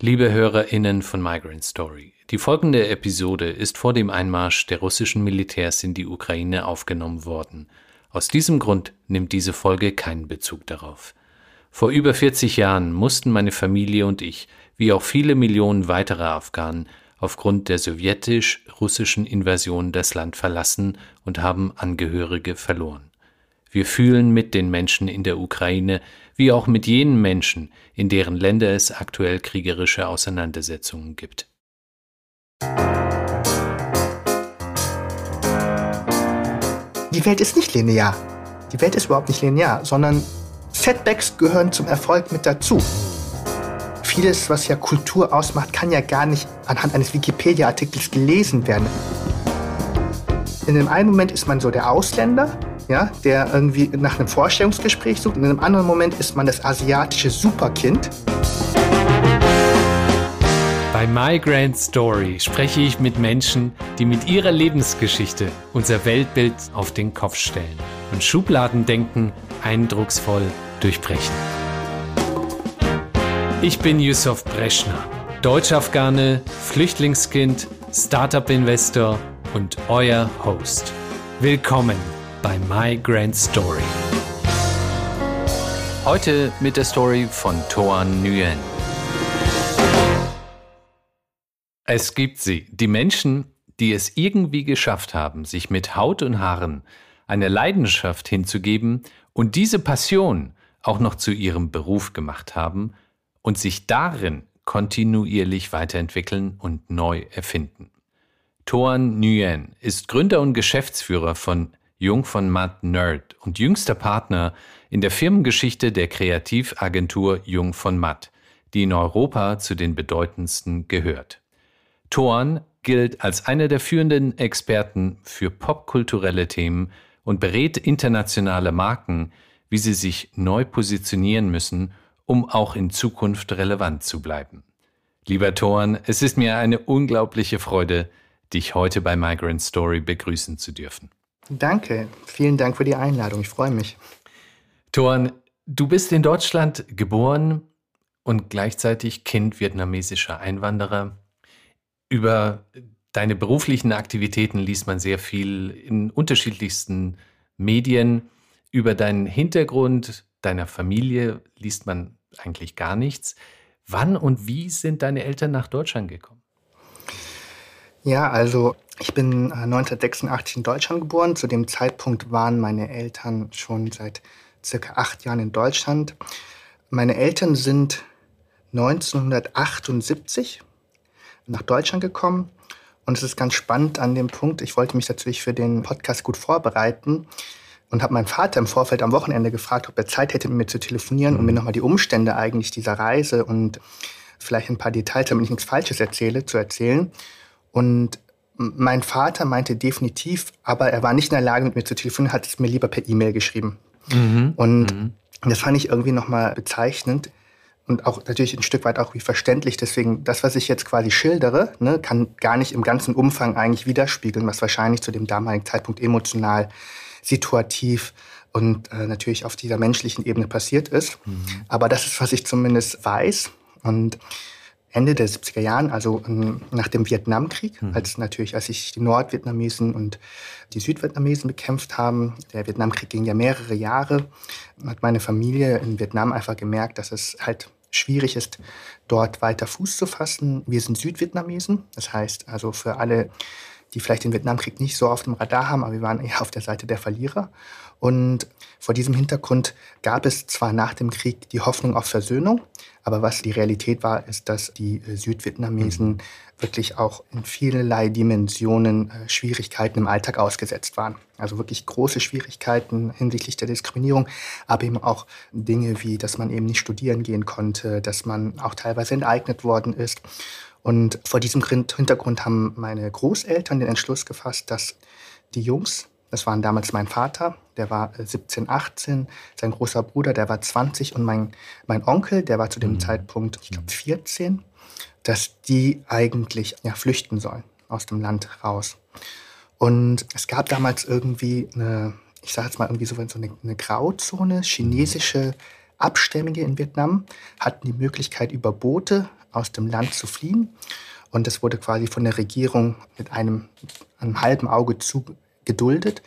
Liebe HörerInnen von Migrant Story, die folgende Episode ist vor dem Einmarsch der russischen Militärs in die Ukraine aufgenommen worden. Aus diesem Grund nimmt diese Folge keinen Bezug darauf. Vor über 40 Jahren mussten meine Familie und ich, wie auch viele Millionen weiterer Afghanen, aufgrund der sowjetisch-russischen Invasion das Land verlassen und haben Angehörige verloren. Wir fühlen mit den Menschen in der Ukraine, wie auch mit jenen Menschen, in deren Länder es aktuell kriegerische Auseinandersetzungen gibt. Die Welt ist nicht linear. Die Welt ist überhaupt nicht linear, sondern Setbacks gehören zum Erfolg mit dazu. Vieles, was ja Kultur ausmacht, kann ja gar nicht anhand eines Wikipedia-Artikels gelesen werden. In dem einen Moment ist man so der Ausländer, ja, der irgendwie nach einem Vorstellungsgespräch sucht. In einem anderen Moment ist man das asiatische Superkind. Bei Migrant Story spreche ich mit Menschen, die mit ihrer Lebensgeschichte unser Weltbild auf den Kopf stellen und Schubladendenken eindrucksvoll durchbrechen. Ich bin Yusuf Breschner, Deutsch-Afghane, Flüchtlingskind, Startup-Investor und euer Host. Willkommen bei Migrant Story. Heute mit der Story von Toan Nguyen. Es gibt sie, die Menschen, die es irgendwie geschafft haben, sich mit Haut und Haaren einer Leidenschaft hinzugeben und diese Passion auch noch zu ihrem Beruf gemacht haben und sich darin kontinuierlich weiterentwickeln und neu erfinden. Toan Nguyen ist Gründer und Geschäftsführer von Jung von Matt Nerd und jüngster Partner in der Firmengeschichte der Kreativagentur Jung von Matt, die in Europa zu den bedeutendsten gehört. Toan gilt als einer der führenden Experten für popkulturelle Themen und berät internationale Marken, wie sie sich neu positionieren müssen, um auch in Zukunft relevant zu bleiben. Lieber Toan, es ist mir eine unglaubliche Freude, dich heute bei Migrant Story begrüßen zu dürfen. Danke, vielen Dank für die Einladung, ich freue mich. Toan, du bist in Deutschland geboren und gleichzeitig Kind vietnamesischer Einwanderer. Über deine beruflichen Aktivitäten liest man sehr viel in unterschiedlichsten Medien. Über deinen Hintergrund deiner Familie liest man eigentlich gar nichts. Wann und wie sind deine Eltern nach Deutschland gekommen? Ja, also ich bin 1986 in Deutschland geboren. Zu dem Zeitpunkt waren meine Eltern schon seit circa 8 Jahren in Deutschland. Meine Eltern sind 1978 nach Deutschland gekommen. Und es ist ganz spannend an dem Punkt, ich wollte mich natürlich für den Podcast gut vorbereiten und habe meinen Vater im Vorfeld am Wochenende gefragt, ob er Zeit hätte, mit mir zu telefonieren und mir nochmal die Umstände eigentlich dieser Reise und vielleicht ein paar Details, damit ich nichts Falsches erzähle, zu erzählen. Und mein Vater meinte definitiv, aber er war nicht in der Lage, mit mir zu telefonieren, hat es mir lieber per E-Mail geschrieben. Und das fand ich irgendwie nochmal bezeichnend und auch natürlich ein Stück weit auch wie verständlich. Deswegen, das, was ich jetzt quasi schildere, ne, kann gar nicht im ganzen Umfang eigentlich widerspiegeln, was wahrscheinlich zu dem damaligen Zeitpunkt emotional, situativ und natürlich auf dieser menschlichen Ebene passiert ist. Aber das ist, was ich zumindest weiß. Und Ende der 70er Jahren, also nach dem Vietnamkrieg, als sich die Nordvietnamesen und die Südvietnamesen bekämpft haben. Der Vietnamkrieg ging ja mehrere Jahre. Hat meine Familie in Vietnam einfach gemerkt, dass es halt schwierig ist, dort weiter Fuß zu fassen. Wir sind Südvietnamesen, das heißt also für alle, die vielleicht den Vietnamkrieg nicht so auf dem Radar haben, aber wir waren eher auf der Seite der Verlierer. Und vor diesem Hintergrund gab es zwar nach dem Krieg die Hoffnung auf Versöhnung, aber was die Realität war, ist, dass die Südvietnamesen wirklich auch in vielerlei Dimensionen Schwierigkeiten im Alltag ausgesetzt waren. Also wirklich große Schwierigkeiten hinsichtlich der Diskriminierung, aber eben auch Dinge wie, dass man eben nicht studieren gehen konnte, dass man auch teilweise enteignet worden ist. Und vor diesem Hintergrund haben meine Großeltern den Entschluss gefasst, dass die Jungs, das waren damals mein Vater, der war 17, 18, sein großer Bruder, der war 20 und mein Onkel, der war zu dem Zeitpunkt, ich glaube 14, dass die eigentlich flüchten sollen aus dem Land raus. Und es gab damals irgendwie eine Grauzone, chinesische Abstämmige in Vietnam hatten die Möglichkeit, über Boote aus dem Land zu fliehen. Und das wurde quasi von der Regierung mit einem halben Auge zu geduldet.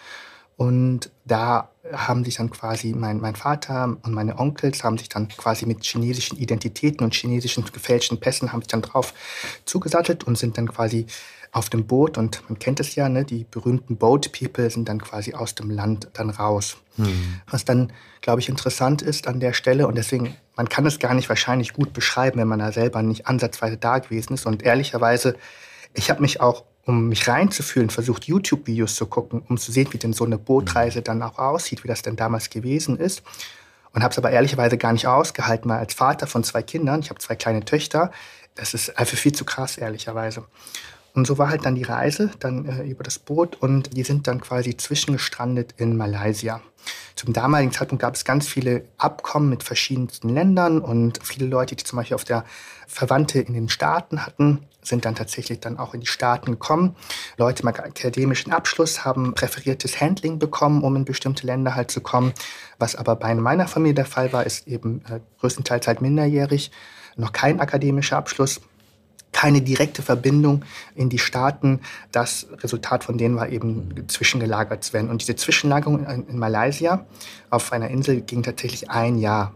Und da haben sich dann quasi mein Vater und meine Onkels haben sich dann quasi mit chinesischen Identitäten und chinesischen gefälschten Pässen haben sich dann drauf zugesattelt und sind dann quasi auf dem Boot. Und man kennt es ja, ne, die berühmten Boat People sind dann quasi aus dem Land dann raus. Was dann, glaube ich, interessant ist an der Stelle und deswegen, man kann es gar nicht wahrscheinlich gut beschreiben, wenn man da selber nicht ansatzweise da gewesen ist. Und ehrlicherweise, ich habe mich auch, um mich reinzufühlen, versucht, YouTube-Videos zu gucken, um zu sehen, wie denn so eine Bootreise dann auch aussieht, wie das denn damals gewesen ist. Und habe es aber ehrlicherweise gar nicht ausgehalten, weil als Vater von 2 Kindern, ich habe 2 kleine Töchter, das ist einfach viel zu krass, ehrlicherweise. Und so war halt dann die Reise, dann über das Boot und die sind dann quasi zwischengestrandet in Malaysia. Zum damaligen Zeitpunkt gab es ganz viele Abkommen mit verschiedensten Ländern und viele Leute, die zum Beispiel auf der Verwandte in den Staaten hatten, sind dann tatsächlich dann auch in die Staaten gekommen. Leute mit akademischen Abschluss haben präferiertes Handling bekommen, um in bestimmte Länder halt zu kommen. Was aber bei meiner Familie der Fall war, ist eben größtenteils halt minderjährig, noch kein akademischer Abschluss. Keine direkte Verbindung in die Staaten. Das Resultat von denen war eben zwischengelagert zu werden. Und diese Zwischenlagerung in Malaysia auf einer Insel ging tatsächlich 1 Jahr.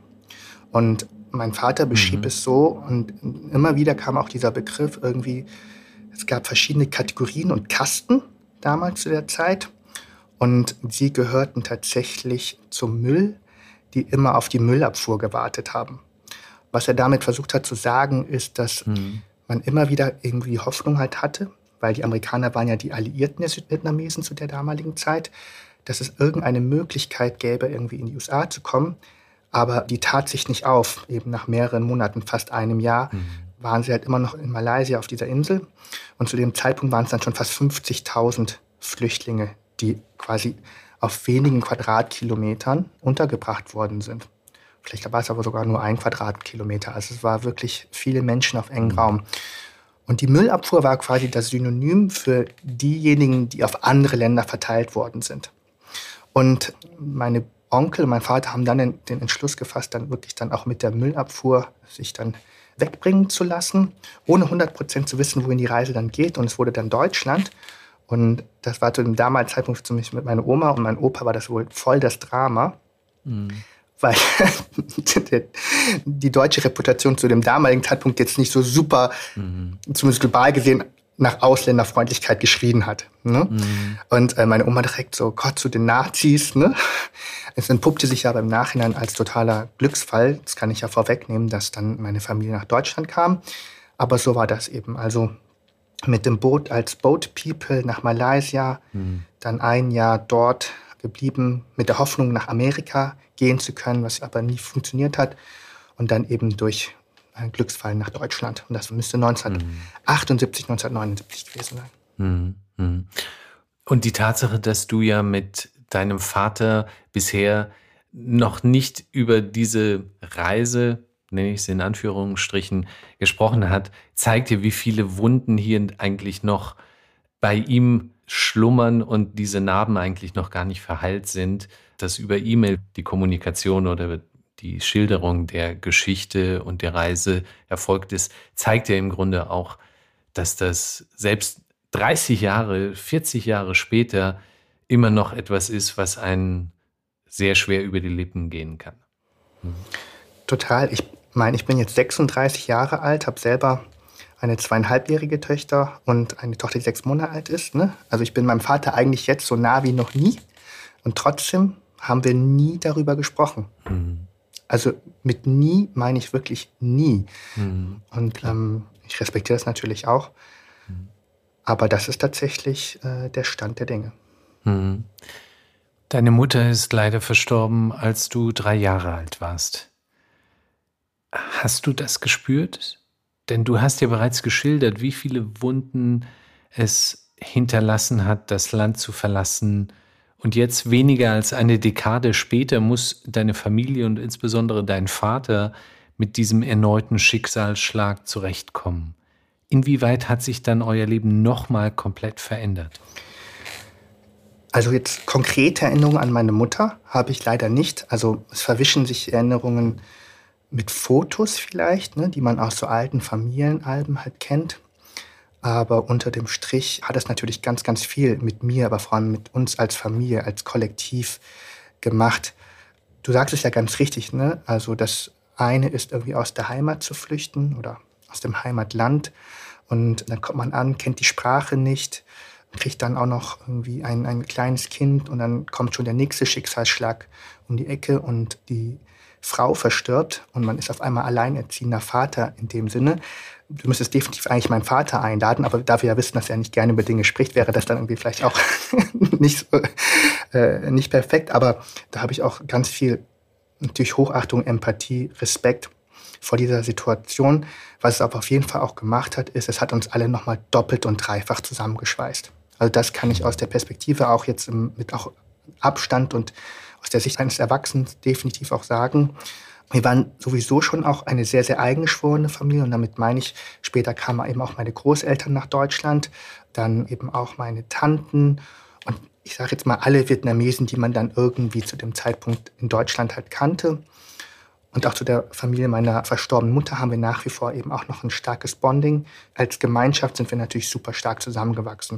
Und mein Vater beschrieb es so, und immer wieder kam auch dieser Begriff irgendwie, es gab verschiedene Kategorien und Kasten damals zu der Zeit. Und sie gehörten tatsächlich zum Müll, die immer auf die Müllabfuhr gewartet haben. Was er damit versucht hat zu sagen, ist, dass man immer wieder irgendwie Hoffnung halt hatte, weil die Amerikaner waren ja die Alliierten der Südvietnamesen zu der damaligen Zeit, dass es irgendeine Möglichkeit gäbe, irgendwie in die USA zu kommen. Aber die tat sich nicht auf. Eben nach mehreren Monaten, fast einem Jahr, waren sie halt immer noch in Malaysia auf dieser Insel. Und zu dem Zeitpunkt waren es dann schon fast 50.000 Flüchtlinge, die quasi auf wenigen Quadratkilometern untergebracht worden sind. Vielleicht war es aber sogar nur 1 Quadratkilometer. Also es war wirklich viele Menschen auf engem Raum. Und die Müllabfuhr war quasi das Synonym für diejenigen, die auf andere Länder verteilt worden sind. Und meine Onkel und mein Vater haben dann den Entschluss gefasst, dann wirklich dann auch mit der Müllabfuhr sich dann wegbringen zu lassen, ohne 100% zu wissen, wohin die Reise dann geht. Und es wurde dann Deutschland. Und das war zu dem damaligen Zeitpunkt, zumindest mit meiner Oma und meinem Opa, war das wohl voll das Drama. Weil die deutsche Reputation zu dem damaligen Zeitpunkt jetzt nicht so super, zumindest global gesehen, nach Ausländerfreundlichkeit geschrien hat. Ne? Und meine Oma direkt so, Gott, zu den Nazis. Ne? Es entpuppte sich aber im Nachhinein als totaler Glücksfall. Das kann ich ja vorwegnehmen, dass dann meine Familie nach Deutschland kam. Aber so war das eben. Also mit dem Boot als Boat People nach Malaysia, dann 1 Jahr dort geblieben, mit der Hoffnung, nach Amerika gehen zu können, was aber nie funktioniert hat. Und dann eben durch einen Glücksfall nach Deutschland. Und das müsste 1978, 1979 gewesen sein. Und die Tatsache, dass du ja mit deinem Vater bisher noch nicht über diese Reise, nenne ich es in Anführungsstrichen, gesprochen hat, zeigt dir, wie viele Wunden hier eigentlich noch bei ihm schlummern und diese Narben eigentlich noch gar nicht verheilt sind, dass über E-Mail die Kommunikation oder die Schilderung der Geschichte und der Reise erfolgt ist, zeigt ja im Grunde auch, dass das selbst 30 Jahre, 40 Jahre später immer noch etwas ist, was einen sehr schwer über die Lippen gehen kann. Total. Ich meine, ich bin jetzt 36 Jahre alt, habe selber eine 2,5-jährige Tochter und eine Tochter, die 6 Monate alt ist. Ne? Also ich bin meinem Vater eigentlich jetzt so nah wie noch nie. Und trotzdem haben wir nie darüber gesprochen. Also mit nie meine ich wirklich nie. Und ich respektiere das natürlich auch. Aber das ist tatsächlich der Stand der Dinge. Deine Mutter ist leider verstorben, als du 3 Jahre alt warst. Hast du das gespürt? Denn du hast ja bereits geschildert, wie viele Wunden es hinterlassen hat, das Land zu verlassen. Und jetzt, weniger als eine Dekade später, muss deine Familie und insbesondere dein Vater mit diesem erneuten Schicksalsschlag zurechtkommen. Inwieweit hat sich dann euer Leben nochmal komplett verändert? Also jetzt konkrete Erinnerungen an meine Mutter habe ich leider nicht. Also es verwischen sich Erinnerungen mit Fotos vielleicht, ne, die man aus so alten Familienalben halt kennt. Aber unter dem Strich hat es natürlich ganz, ganz viel mit mir, aber vor allem mit uns als Familie, als Kollektiv gemacht. Du sagst es ja ganz richtig, ne? Also das eine ist irgendwie aus der Heimat zu flüchten oder aus dem Heimatland. Und dann kommt man an, kennt die Sprache nicht, kriegt dann auch noch irgendwie ein kleines Kind und dann kommt schon der nächste Schicksalsschlag um die Ecke und die Frau verstirbt und man ist auf einmal alleinerziehender Vater in dem Sinne. Du müsstest definitiv eigentlich meinen Vater einladen, aber da wir ja wissen, dass er nicht gerne über Dinge spricht, wäre das dann irgendwie vielleicht auch nicht perfekt. Aber da habe ich auch ganz viel natürlich Hochachtung, Empathie, Respekt vor dieser Situation. Was es aber auf jeden Fall auch gemacht hat, ist, es hat uns alle nochmal doppelt und dreifach zusammengeschweißt. Also das kann ich aus der Perspektive auch jetzt mit auch Abstand und aus der Sicht eines Erwachsenen definitiv auch sagen. Wir waren sowieso schon auch eine sehr, sehr eingeschworene Familie. Und damit meine ich, später kamen eben auch meine Großeltern nach Deutschland, dann eben auch meine Tanten und ich sage jetzt mal alle Vietnamesen, die man dann irgendwie zu dem Zeitpunkt in Deutschland halt kannte. Und auch zu der Familie meiner verstorbenen Mutter haben wir nach wie vor eben auch noch ein starkes Bonding. Als Gemeinschaft sind wir natürlich super stark zusammengewachsen.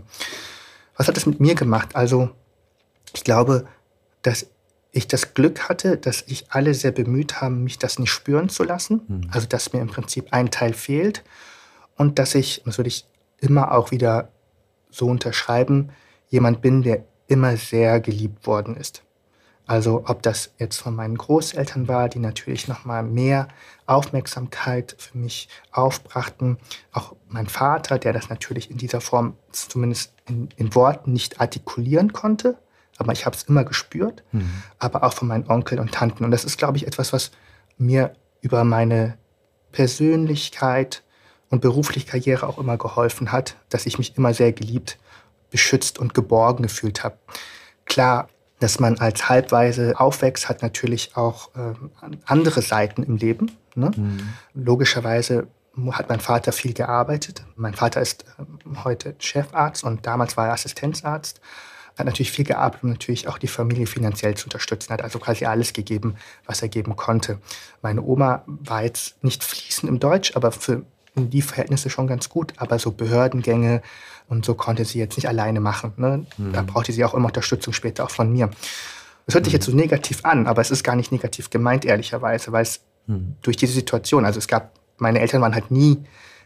Was hat das mit mir gemacht? Also ich glaube, dass ich das Glück hatte, dass sich alle sehr bemüht haben, mich das nicht spüren zu lassen. Also dass mir im Prinzip ein Teil fehlt. Und dass ich, das würde ich immer auch wieder so unterschreiben, jemand bin, der immer sehr geliebt worden ist. Also ob das jetzt von meinen Großeltern war, die natürlich noch mal mehr Aufmerksamkeit für mich aufbrachten. Auch mein Vater, der das natürlich in dieser Form zumindest in Worten nicht artikulieren konnte. Aber ich habe es immer gespürt. Aber auch von meinen Onkeln und Tanten. Und das ist, glaube ich, etwas, was mir über meine Persönlichkeit und berufliche Karriere auch immer geholfen hat, dass ich mich immer sehr geliebt, beschützt und geborgen gefühlt habe. Klar, dass man als Halbwaise aufwächst, hat natürlich auch andere Seiten im Leben. Ne? Logischerweise hat mein Vater viel gearbeitet. Mein Vater ist heute Chefarzt und damals war er Assistenzarzt. Hat natürlich viel gearbeitet, um natürlich auch die Familie finanziell zu unterstützen. Hat also quasi alles gegeben, was er geben konnte. Meine Oma war jetzt nicht fließend im Deutsch, aber für die Verhältnisse schon ganz gut. Aber so Behördengänge und so konnte sie jetzt nicht alleine machen. Ne? Da brauchte sie auch immer Unterstützung später auch von mir. Das hört sich jetzt so negativ an, aber es ist gar nicht negativ gemeint, ehrlicherweise, weil es durch diese Situation, also meine Eltern waren halt nie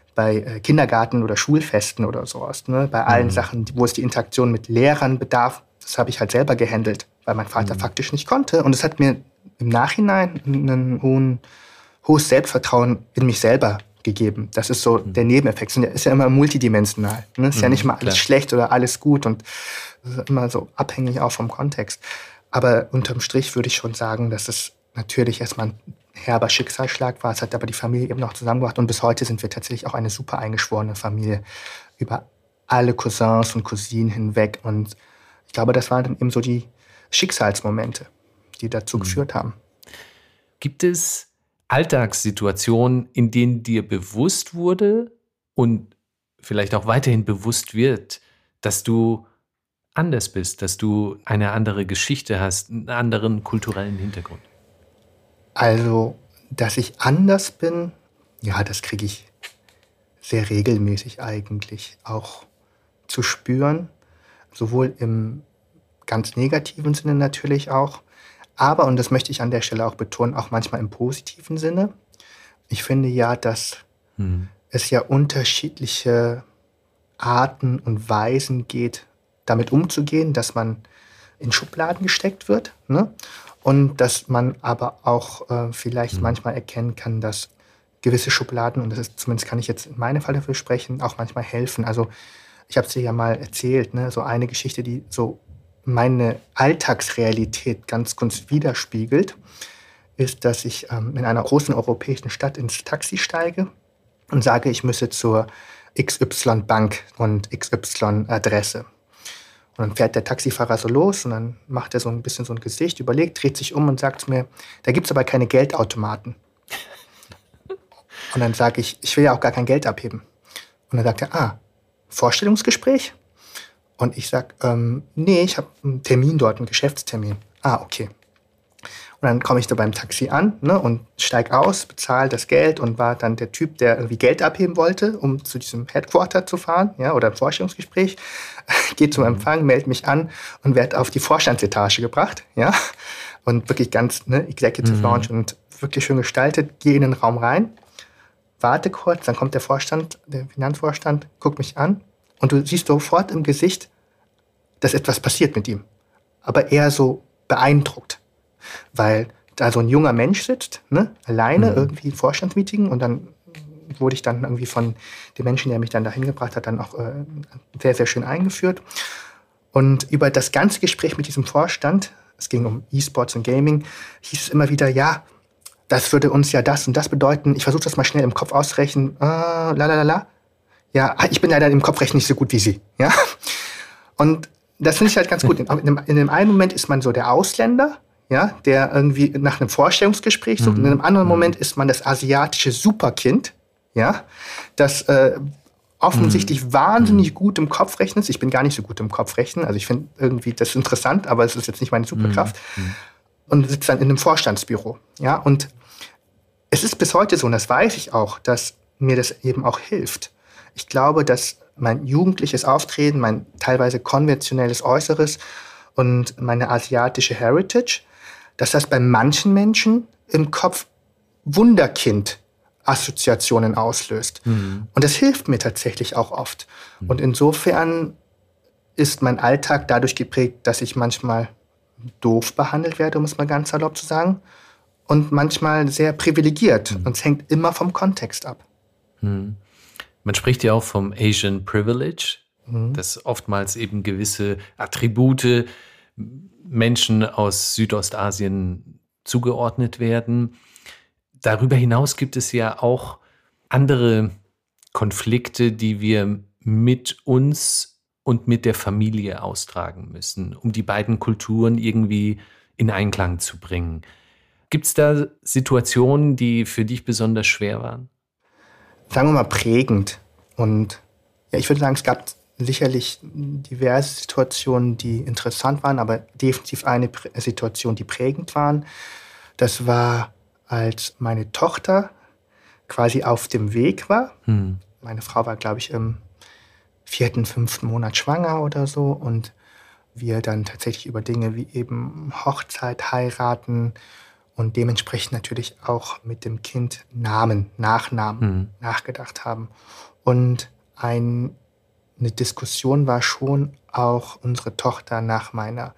bei Kindergarten- oder Schulfesten oder sowas. Ne? Bei allen Sachen, wo es die Interaktion mit Lehrern bedarf, das habe ich halt selber gehandelt, weil mein Vater faktisch nicht konnte. Und es hat mir im Nachhinein ein hohes Selbstvertrauen in mich selber gegeben. Das ist so der Nebeneffekt. Und der ist ja immer multidimensional. Ne? Ist ja nicht mal alles schlecht oder alles gut und das ist immer so abhängig auch vom Kontext. Aber unterm Strich würde ich schon sagen, dass es natürlich erstmal ein herber Schicksalsschlag war. Es hat aber die Familie eben noch zusammengebracht. Und bis heute sind wir tatsächlich auch eine super eingeschworene Familie über alle Cousins und Cousinen hinweg. Und ich glaube, das waren dann eben so die Schicksalsmomente, die dazu geführt haben. Gibt es Alltagssituationen, in denen dir bewusst wurde und vielleicht auch weiterhin bewusst wird, dass du anders bist, dass du eine andere Geschichte hast, einen anderen kulturellen Hintergrund? Also, dass ich anders bin, ja, das kriege ich sehr regelmäßig eigentlich auch zu spüren. Sowohl im ganz negativen Sinne natürlich auch, aber, und das möchte ich an der Stelle auch betonen, auch manchmal im positiven Sinne. Ich finde ja, dass es ja unterschiedliche Arten und Weisen geht, damit umzugehen, dass man in Schubladen gesteckt wird, ne? Und dass man aber auch vielleicht manchmal erkennen kann, dass gewisse Schubladen, und das ist, zumindest kann ich jetzt in meinem Fall dafür sprechen, auch manchmal helfen. Also ich habe es dir ja mal erzählt, ne? So eine Geschichte, die so meine Alltagsrealität ganz gut widerspiegelt, ist, dass ich in einer großen europäischen Stadt ins Taxi steige und sage, ich müsse zur XY-Bank und XY-Adresse. Und dann fährt der Taxifahrer so los und dann macht er so ein bisschen so ein Gesicht, überlegt, dreht sich um und sagt mir, da gibt's aber keine Geldautomaten. Und dann sage ich will ja auch gar kein Geld abheben. Und dann sagt er, Vorstellungsgespräch? Und ich sage, nee, ich habe einen Termin dort, einen Geschäftstermin. Okay. Und dann komme ich da beim Taxi an, ne, und steig aus, bezahle das Geld und war dann der Typ, der irgendwie Geld abheben wollte, um zu diesem Headquarter zu fahren, ja, oder ein Vorstellungsgespräch. Geht zum Empfang, melde mich an und werde auf die Vorstandsetage gebracht, ja. Und wirklich ganz, ne, Executive Lounge und wirklich schön gestaltet. Gehe in den Raum rein, warte kurz, dann kommt der Vorstand, der Finanzvorstand, guckt mich an und du siehst sofort im Gesicht, dass etwas passiert mit ihm. Aber eher so beeindruckt, weil da so ein junger Mensch sitzt, ne, alleine irgendwie Vorstandsmeeting und dann wurde ich dann irgendwie von dem Menschen, der mich dann dahin gebracht hat, dann auch sehr, sehr schön eingeführt. Und über das ganze Gespräch mit diesem Vorstand, es ging um E-Sports und Gaming, hieß es immer wieder, ja, das würde uns ja das und das bedeuten. Ich versuche das mal schnell im Kopf auszurechnen. Ja, ich bin leider im Kopfrechnen nicht so gut wie Sie. Ja? Und das finde ich halt ganz gut. In dem einen Moment ist man so der Ausländer, ja, der irgendwie nach einem Vorstellungsgespräch sucht. Und in einem anderen Moment ist man das asiatische Superkind, ja, das offensichtlich wahnsinnig gut im Kopfrechnen ist. Ich bin gar nicht so gut im Kopfrechnen. Also ich finde irgendwie das interessant, aber es ist jetzt nicht meine Superkraft. Und sitzt dann in einem Vorstandsbüro. Ja, und es ist bis heute so, und das weiß ich auch, dass mir das eben auch hilft. Ich glaube, dass mein jugendliches Auftreten, mein teilweise konventionelles Äußeres und meine asiatische Heritage, dass das bei manchen Menschen im Kopf Wunderkind-Assoziationen auslöst. Und das hilft mir tatsächlich auch oft. Und insofern ist mein Alltag dadurch geprägt, dass ich manchmal doof behandelt werde, um es mal ganz salopp zu sagen, und manchmal sehr privilegiert. Und es hängt immer vom Kontext ab. Man spricht ja auch vom Asian Privilege, dass oftmals eben gewisse Attribute Menschen aus Südostasien zugeordnet werden. Darüber hinaus gibt es ja auch andere Konflikte, die wir mit uns und mit der Familie austragen müssen, um die beiden Kulturen irgendwie in Einklang zu bringen. Gibt es da Situationen, die für dich besonders schwer waren? Sagen wir mal prägend. Und ja, ich würde sagen, es gab sicherlich diverse Situationen, die interessant waren, aber definitiv eine Situation, die prägend waren. Das war, als meine Tochter quasi auf dem Weg war. Meine Frau war, glaube ich, im 4., 5. Monat schwanger oder so. Und wir dann tatsächlich über Dinge wie eben Hochzeit, heiraten und dementsprechend natürlich auch mit dem Kind Nachnamen nachgedacht haben. Und eine Diskussion war schon auch unsere Tochter nach meiner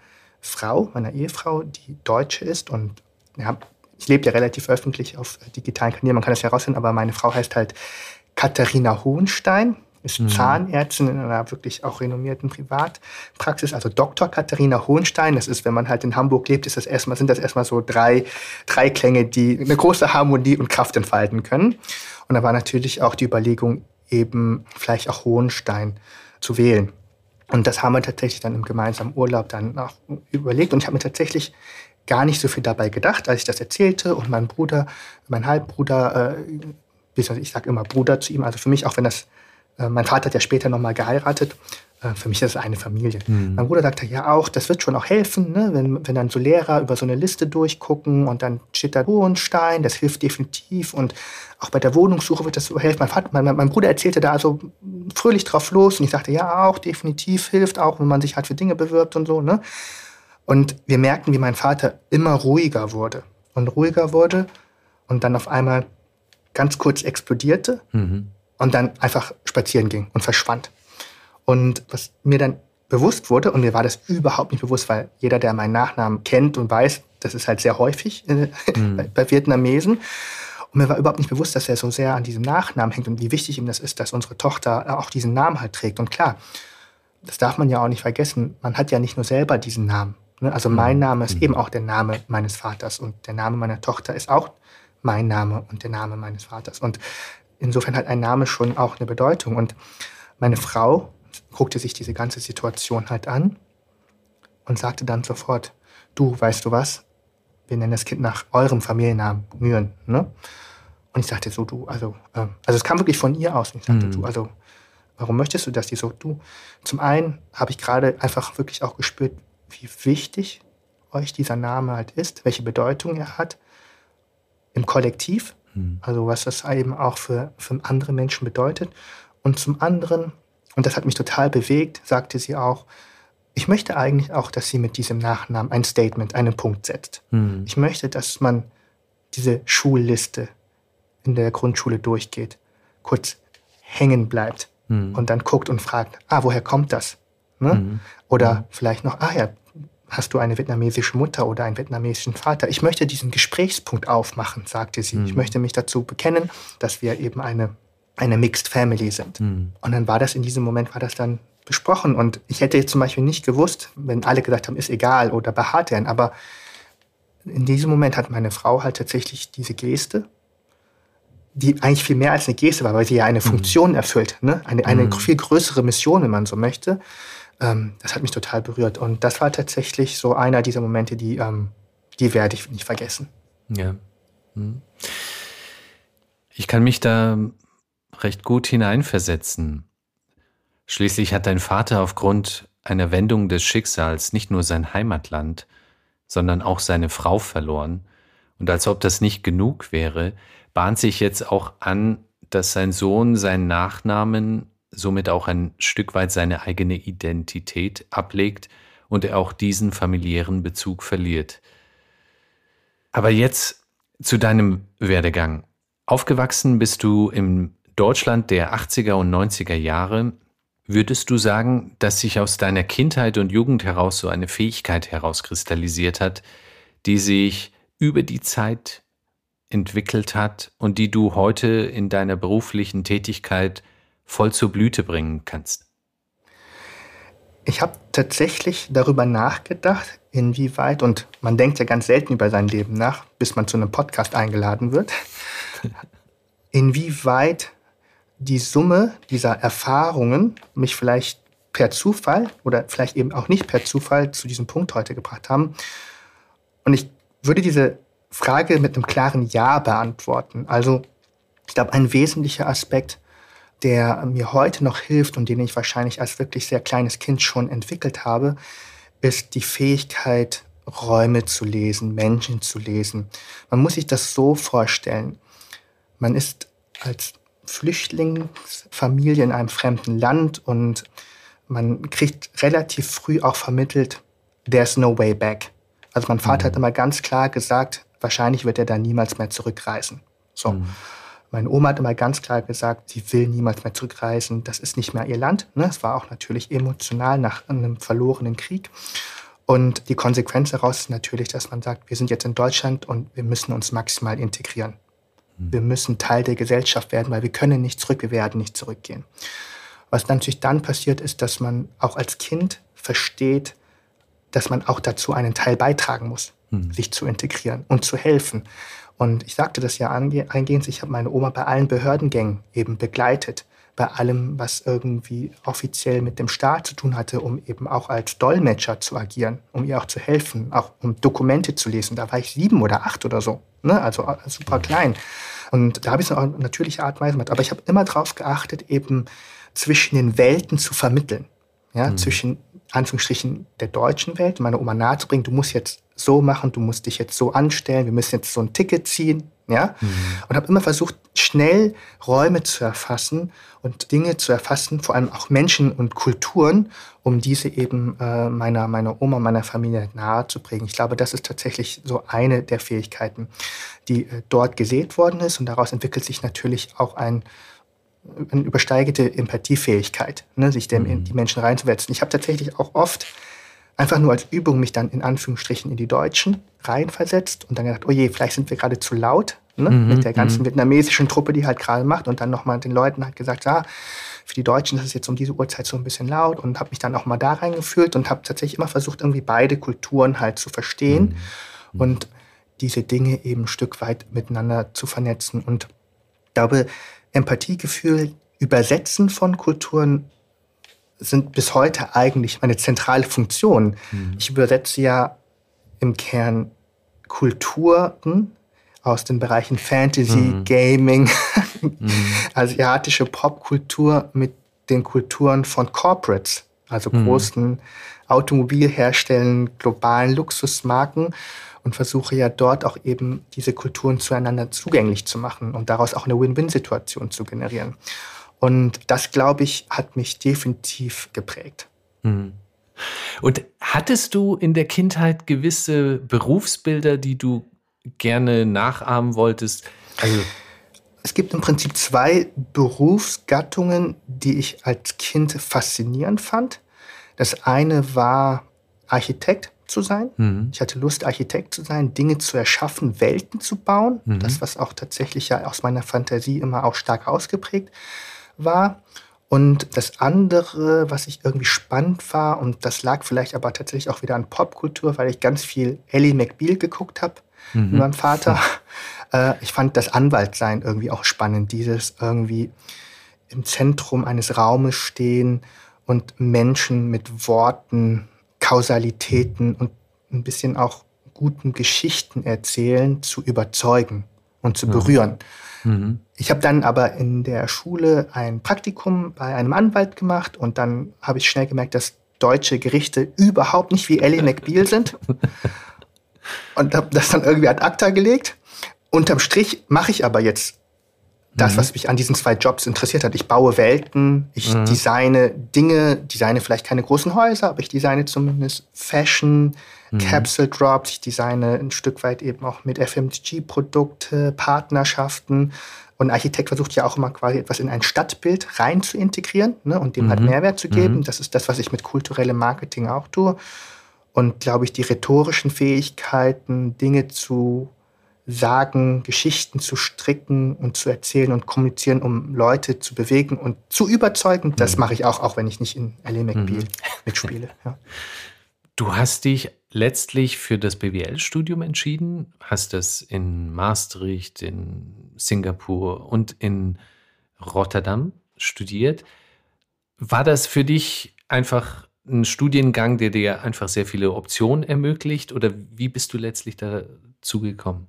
Ehefrau, die Deutsche ist. Und ja, ich lebe ja relativ öffentlich auf digitalen Kanälen, man kann das ja rausfinden, aber meine Frau heißt halt Katharina Hohenstein, ist Zahnärztin in einer wirklich auch renommierten Privatpraxis, also Dr. Katharina Hohenstein. Das ist, wenn man halt in Hamburg lebt, sind das erstmal so drei Klänge, die eine große Harmonie und Kraft entfalten können. Und da war natürlich auch die Überlegung, eben vielleicht auch Hohenstein zu wählen. Und das haben wir tatsächlich dann im gemeinsamen Urlaub dann auch überlegt. Und ich habe mir tatsächlich gar nicht so viel dabei gedacht, als ich das erzählte. Und mein Halbbruder, ich sage immer Bruder zu ihm, also für mich, auch wenn das mein Vater hat ja später nochmal geheiratet. Für mich ist das eine Familie. Mein Bruder sagte, ja auch, das wird schon auch helfen, ne? wenn dann so Lehrer über so eine Liste durchgucken und dann steht da Hohenstein, das hilft definitiv. Und auch bei der Wohnungssuche wird das so helfen. Mein Bruder erzählte da also fröhlich drauf los und ich sagte, ja auch, definitiv hilft auch, wenn man sich halt für Dinge bewirbt und so. Ne? Und wir merkten, wie mein Vater immer ruhiger wurde und dann auf einmal ganz kurz explodierte. Und dann einfach spazieren ging und verschwand. Und was mir dann bewusst wurde, und mir war das überhaupt nicht bewusst, weil jeder, der meinen Nachnamen kennt und weiß, das ist halt sehr häufig bei Vietnamesen. Und mir war überhaupt nicht bewusst, dass er so sehr an diesem Nachnamen hängt und wie wichtig ihm das ist, dass unsere Tochter auch diesen Namen halt trägt. Und klar, das darf man ja auch nicht vergessen, man hat ja nicht nur selber diesen Namen. Ne? Also mein Name ist eben auch der Name meines Vaters und der Name meiner Tochter ist auch mein Name und der Name meines Vaters. Und insofern hat ein Name schon auch eine Bedeutung. Und meine Frau guckte sich diese ganze Situation halt an und sagte dann sofort, du, weißt du was, wir nennen das Kind nach eurem Familiennamen, Nguyen. Ne? Und ich sagte so, du, also es kam wirklich von ihr aus. Und ich sagte, du, also warum möchtest du das? Die so, du, zum einen habe ich gerade einfach wirklich auch gespürt, wie wichtig euch dieser Name halt ist, welche Bedeutung er hat im Kollektiv, also was das eben auch für andere Menschen bedeutet. Und zum anderen, und das hat mich total bewegt, sagte sie auch, ich möchte eigentlich auch, dass sie mit diesem Nachnamen ein Statement, einen Punkt setzt. Ich möchte, dass man diese Schulliste in der Grundschule durchgeht, kurz hängen bleibt und dann guckt und fragt, woher kommt das? Ne? Oder vielleicht noch, ja, hast du eine vietnamesische Mutter oder einen vietnamesischen Vater? Ich möchte diesen Gesprächspunkt aufmachen, sagte sie. Ich möchte mich dazu bekennen, dass wir eben eine Mixed Family sind. Und dann war das in diesem Moment, dann besprochen. Und ich hätte jetzt zum Beispiel nicht gewusst, wenn alle gesagt haben, ist egal oder beharrt er. Aber in diesem Moment hat meine Frau halt tatsächlich diese Geste, die eigentlich viel mehr als eine Geste war, weil sie ja eine Funktion erfüllt, ne? Eine viel größere Mission, wenn man so möchte. Das hat mich total berührt. Und das war tatsächlich so einer dieser Momente, die werde ich nicht vergessen. Ja. Ich kann mich da recht gut hineinversetzen. Schließlich hat dein Vater aufgrund einer Wendung des Schicksals nicht nur sein Heimatland, sondern auch seine Frau verloren. Und als ob das nicht genug wäre, bahnt sich jetzt auch an, dass sein Sohn seinen Nachnamen, somit auch ein Stück weit seine eigene Identität ablegt und er auch diesen familiären Bezug verliert. Aber jetzt zu deinem Werdegang. Aufgewachsen bist du im Deutschland der 80er und 90er Jahre. Würdest du sagen, dass sich aus deiner Kindheit und Jugend heraus so eine Fähigkeit herauskristallisiert hat, die sich über die Zeit entwickelt hat und die du heute in deiner beruflichen Tätigkeit voll zur Blüte bringen kannst? Ich habe tatsächlich darüber nachgedacht, inwieweit, und man denkt ja ganz selten über sein Leben nach, bis man zu einem Podcast eingeladen wird, inwieweit die Summe dieser Erfahrungen mich vielleicht per Zufall oder vielleicht eben auch nicht per Zufall zu diesem Punkt heute gebracht haben. Und ich würde diese Frage mit einem klaren Ja beantworten. Also ich glaube, ein wesentlicher Aspekt, der mir heute noch hilft und den ich wahrscheinlich als wirklich sehr kleines Kind schon entwickelt habe, ist die Fähigkeit, Räume zu lesen, Menschen zu lesen. Man muss sich das so vorstellen. Man ist als Flüchtlingsfamilie in einem fremden Land und man kriegt relativ früh auch vermittelt, there's no way back. Also mein Vater hat immer ganz klar gesagt, wahrscheinlich wird er da niemals mehr zurückreisen. So. Meine Oma hat immer ganz klar gesagt, sie will niemals mehr zurückreisen. Das ist nicht mehr ihr Land. Ne? Es war auch natürlich emotional nach einem verlorenen Krieg. Und die Konsequenz daraus ist natürlich, dass man sagt, wir sind jetzt in Deutschland und wir müssen uns maximal integrieren. Wir müssen Teil der Gesellschaft werden, weil wir können nicht zurück, wir werden nicht zurückgehen. Was natürlich dann passiert ist, dass man auch als Kind versteht, dass man auch dazu einen Teil beitragen muss, sich zu integrieren und zu helfen. Und ich sagte das ja eingehend, ich habe meine Oma bei allen Behördengängen eben begleitet, bei allem, was irgendwie offiziell mit dem Staat zu tun hatte, um eben auch als Dolmetscher zu agieren, um ihr auch zu helfen, auch um Dokumente zu lesen. Da war ich 7 oder 8 oder so, ne? Also super klein. Und da habe ich es auf eine natürliche Art und Weise gemacht. Aber ich habe immer darauf geachtet, eben zwischen den Welten zu vermitteln. Ja, zwischen Anführungsstrichen der deutschen Welt, meiner Oma nahezubringen, du musst jetzt so machen, du musst dich jetzt so anstellen, wir müssen jetzt so ein Ticket ziehen, ja. Und habe immer versucht, schnell Räume zu erfassen und Dinge zu erfassen, vor allem auch Menschen und Kulturen, um diese eben meiner Oma, meiner Familie nahezubringen. Ich glaube, das ist tatsächlich so eine der Fähigkeiten, die dort gesät worden ist, und daraus entwickelt sich natürlich auch eine übersteigerte Empathiefähigkeit, ne, sich in die Menschen reinzusetzen. Ich habe tatsächlich auch oft einfach nur als Übung mich dann in Anführungsstrichen in die Deutschen reinversetzt und dann gedacht, oh je, vielleicht sind wir gerade zu laut, ne, mit der ganzen vietnamesischen Truppe, die halt gerade macht, und dann nochmal den Leuten halt gesagt, für die Deutschen ist es jetzt um diese Uhrzeit so ein bisschen laut, und habe mich dann auch mal da reingefühlt und habe tatsächlich immer versucht, irgendwie beide Kulturen halt zu verstehen und diese Dinge eben ein Stück weit miteinander zu vernetzen. Und ich glaube, Empathiegefühl, Übersetzen von Kulturen sind bis heute eigentlich eine zentrale Funktion. Ich übersetze ja im Kern Kulturen aus den Bereichen Fantasy, Gaming, asiatische Popkultur mit den Kulturen von Corporates, also großen Automobilherstellern, globalen Luxusmarken, und versuche ja dort auch eben diese Kulturen zueinander zugänglich zu machen und daraus auch eine Win-Win-Situation zu generieren. Und das, glaube ich, hat mich definitiv geprägt. Mhm. Und hattest du in der Kindheit gewisse Berufsbilder, die du gerne nachahmen wolltest? Also es gibt im Prinzip 2 Berufsgattungen, die ich als Kind faszinierend fand. Das eine war, Architekt zu sein. Ich hatte Lust, Architekt zu sein, Dinge zu erschaffen, Welten zu bauen. Das, was auch tatsächlich ja aus meiner Fantasie immer auch stark ausgeprägt war. Und das andere, was ich irgendwie spannend war, und das lag vielleicht aber tatsächlich auch wieder an Popkultur, weil ich ganz viel Ally McBeal geguckt habe mit meinem Vater. Ich fand das Anwaltsein irgendwie auch spannend, dieses irgendwie im Zentrum eines Raumes stehen und Menschen mit Worten, Kausalitäten und ein bisschen auch guten Geschichten erzählen, zu überzeugen und zu berühren. Ich habe dann aber in der Schule ein Praktikum bei einem Anwalt gemacht und dann habe ich schnell gemerkt, dass deutsche Gerichte überhaupt nicht wie Ally McBeal sind und habe das dann irgendwie ad acta gelegt. Unterm Strich mache ich aber jetzt das, was mich an diesen 2 Jobs interessiert hat. Ich baue Welten, ich designe Dinge, designe vielleicht keine großen Häuser, aber ich designe zumindest Fashion, Capsule Drops, ich designe ein Stück weit eben auch mit FMCG-Produkte, Partnerschaften. Und ein Architekt versucht ja auch immer quasi etwas in ein Stadtbild rein zu integrieren, ne, und dem halt Mehrwert zu geben. Das ist das, was ich mit kulturellem Marketing auch tue. Und, glaube ich, die rhetorischen Fähigkeiten, Dinge zu sagen, Geschichten zu stricken und zu erzählen und kommunizieren, um Leute zu bewegen und zu überzeugen, das mache ich auch wenn ich nicht in Ally McBeal mitspiele. Ja. du hast dich letztlich für das BWL-Studium entschieden, hast das in Maastricht, in Singapur und in Rotterdam studiert. War das für dich einfach ein Studiengang, der dir einfach sehr viele Optionen ermöglicht? Oder wie bist du letztlich dazu gekommen?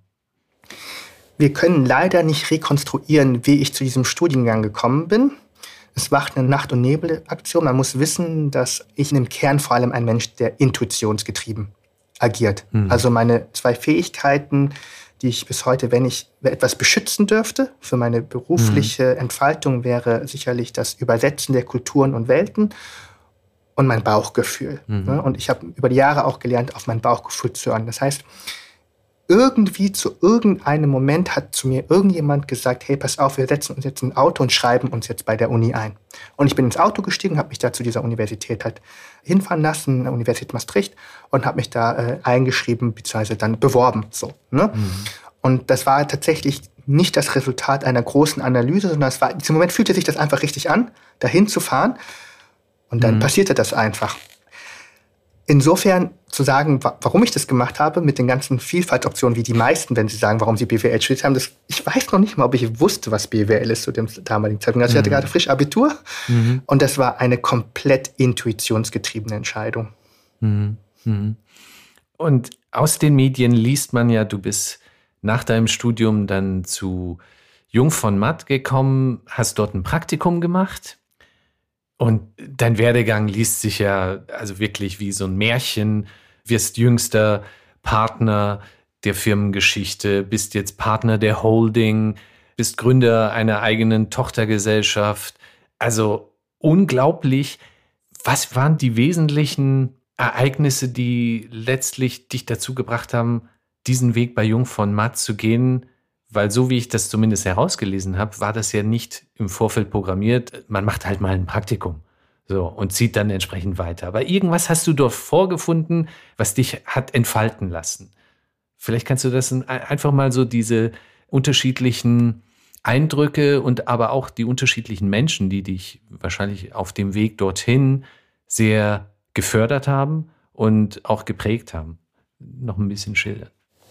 Wir können leider nicht rekonstruieren, wie ich zu diesem Studiengang gekommen bin. Es war eine Nacht- und Nebel-Aktion. Man muss wissen, dass ich im Kern vor allem ein Mensch, der intuitionsgetrieben agiert. Also meine 2 Fähigkeiten, die ich bis heute, wenn ich etwas beschützen dürfte für meine berufliche Entfaltung, wäre sicherlich das Übersetzen der Kulturen und Welten und mein Bauchgefühl. Und ich habe über die Jahre auch gelernt, auf mein Bauchgefühl zu hören. Das heißt, irgendwie zu irgendeinem Moment hat zu mir irgendjemand gesagt, hey, pass auf, wir setzen uns jetzt in ein Auto und schreiben uns jetzt bei der Uni ein. Und ich bin ins Auto gestiegen, habe mich da zu dieser Universität halt hinfahren lassen, Universität Maastricht, und habe mich da eingeschrieben bzw. dann beworben. So, ne? Und das war tatsächlich nicht das Resultat einer großen Analyse, sondern es war, in diesem Moment fühlte sich das einfach richtig an, dahin zu fahren. Und dann passierte das einfach. Insofern zu sagen, warum ich das gemacht habe, mit den ganzen Vielfaltsoptionen, wie die meisten, wenn sie sagen, warum sie BWL studiert haben, ich weiß noch nicht mal, ob ich wusste, was BWL ist zu dem damaligen Zeitpunkt. Also ich hatte gerade frisch Abitur und das war eine komplett intuitionsgetriebene Entscheidung. Und aus den Medien liest man ja, du bist nach deinem Studium dann zu Jung von Matt gekommen, hast dort ein Praktikum gemacht. Und dein Werdegang liest sich ja also wirklich wie so ein Märchen. Wirst jüngster Partner der Firmengeschichte, bist jetzt Partner der Holding, bist Gründer einer eigenen Tochtergesellschaft. Also unglaublich. Was waren die wesentlichen Ereignisse, die letztlich dich dazu gebracht haben, diesen Weg bei Jung von Matt zu gehen? Weil so wie ich das zumindest herausgelesen habe, war das ja nicht im Vorfeld programmiert. Man macht halt mal ein Praktikum so und zieht dann entsprechend weiter. Aber irgendwas hast du dort vorgefunden, was dich hat entfalten lassen. Vielleicht kannst du das einfach mal so diese unterschiedlichen Eindrücke und aber auch die unterschiedlichen Menschen, die dich wahrscheinlich auf dem Weg dorthin sehr gefördert haben und auch geprägt haben, noch ein bisschen schildern.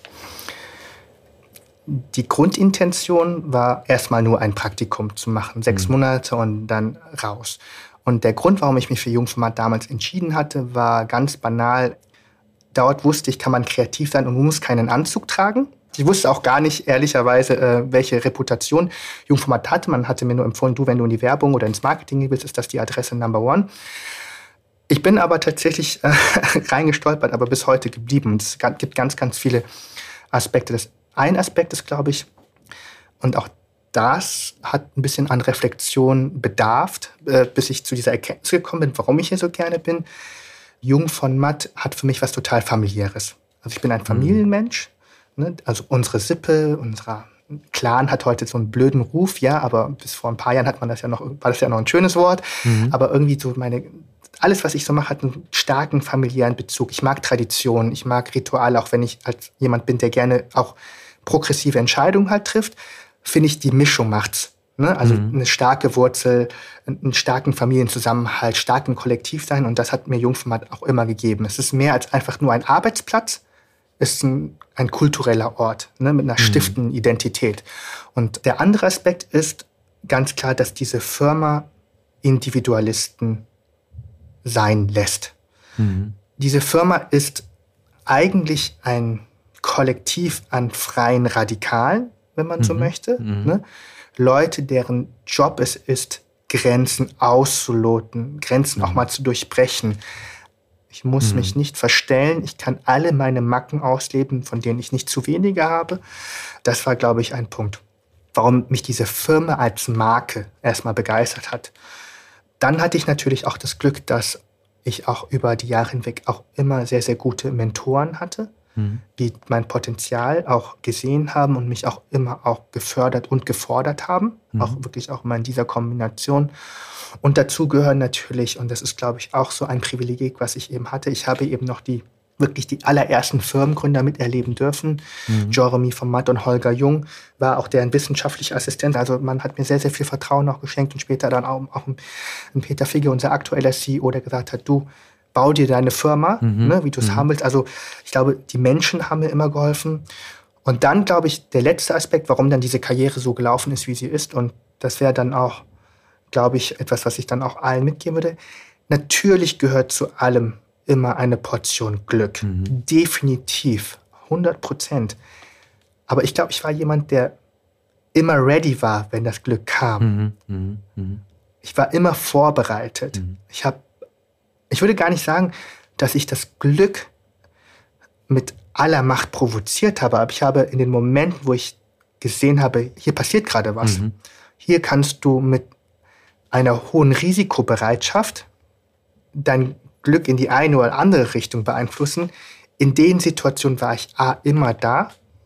Die Grundintention war erstmal nur ein Praktikum zu machen, 6 Monate und dann raus. Und der Grund, warum ich mich für Jung von Matt damals entschieden hatte, war ganz banal. Dort wusste ich, kann man kreativ sein und man muss keinen Anzug tragen. Ich wusste auch gar nicht, ehrlicherweise, welche Reputation Jung von Matt hatte. Man hatte mir nur empfohlen, wenn du in die Werbung oder ins Marketing willst, ist das die Adresse Number 1. Ich bin aber tatsächlich reingestolpert, aber bis heute geblieben. Und es gibt ganz, ganz viele Aspekte. Ein Aspekt ist, glaube ich, und auch das hat ein bisschen an Reflexion bedarf, bis ich zu dieser Erkenntnis gekommen bin, warum ich hier so gerne bin. Jung von Matt hat für mich was total Familiäres. Also ich bin ein Familienmensch. Ne? Also unsere Sippe, unser Clan hat heute so einen blöden Ruf, ja, aber bis vor ein paar Jahren war das ja noch ein schönes Wort. Aber irgendwie so alles, was ich so mache, hat einen starken familiären Bezug. Ich mag Traditionen, ich mag Rituale, auch wenn ich als jemand bin, der gerne auch progressive Entscheidungen halt trifft, finde ich, die Mischung macht's. Ne? Also eine starke Wurzel, einen starken Familienzusammenhalt, starken Kollektivsein, und das hat mir Jungformat auch immer gegeben. Es ist mehr als einfach nur ein Arbeitsplatz, es ist ein kultureller Ort, ne, mit einer stiftenden Identität. Und der andere Aspekt ist ganz klar, dass diese Firma Individualisten sein lässt. Diese Firma ist eigentlich ein Kollektiv an freien Radikalen, wenn man so möchte. Ne? Leute, deren Job es ist, Grenzen auszuloten, Grenzen auch mal zu durchbrechen. Ich muss mich nicht verstellen, ich kann alle meine Macken ausleben, von denen ich nicht zu wenige habe. Das war, glaube ich, ein Punkt, warum mich diese Firma als Marke erstmal begeistert hat. Dann hatte ich natürlich auch das Glück, dass ich auch über die Jahre hinweg auch immer sehr, sehr gute Mentoren hatte, die mein Potenzial auch gesehen haben und mich auch immer auch gefördert und gefordert haben, auch wirklich auch immer in dieser Kombination. Und dazu gehören natürlich, und das ist, glaube ich, auch so ein Privileg, was ich eben hatte, ich habe eben noch die allerersten Firmengründer miterleben dürfen. Jeremy von Matt und Holger Jung war auch deren wissenschaftlicher Assistent. Also man hat mir sehr, sehr viel Vertrauen auch geschenkt und später dann auch ein Peter Figge, unser aktueller CEO, der gesagt hat, du, bau dir deine Firma, ne, wie du es haben willst. Also ich glaube, die Menschen haben mir immer geholfen. Und dann, glaube ich, der letzte Aspekt, warum dann diese Karriere so gelaufen ist, wie sie ist, und das wäre dann auch, glaube ich, etwas, was ich dann auch allen mitgeben würde. Natürlich gehört zu allem immer eine Portion Glück. Definitiv, 100%. Aber ich glaube, ich war jemand, der immer ready war, wenn das Glück kam. Ich war immer vorbereitet. Ich würde gar nicht sagen, dass ich das Glück mit aller Macht provoziert habe, aber ich habe in den Momenten, wo ich gesehen habe, hier passiert gerade was, hier kannst du mit einer hohen Risikobereitschaft dein Glück in die eine oder andere Richtung beeinflussen. In den Situationen war ich A, immer da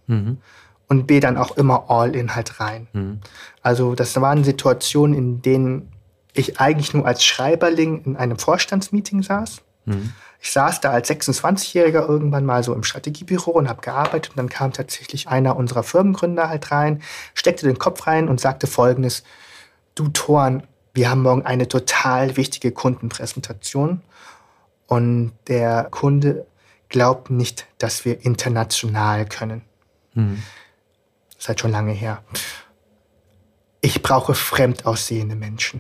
und B, dann auch immer all in halt rein. Also das waren Situationen, in denen ich eigentlich nur als Schreiberling in einem Vorstandsmeeting saß. Ich saß da als 26-Jähriger irgendwann mal so im Strategiebüro und habe gearbeitet. Und dann kam tatsächlich einer unserer Firmengründer halt rein, steckte den Kopf rein und sagte Folgendes: Du Thorn, wir haben morgen eine total wichtige Kundenpräsentation. Und der Kunde glaubt nicht, dass wir international können. Das ist halt schon lange her. Ich brauche fremd aussehende Menschen.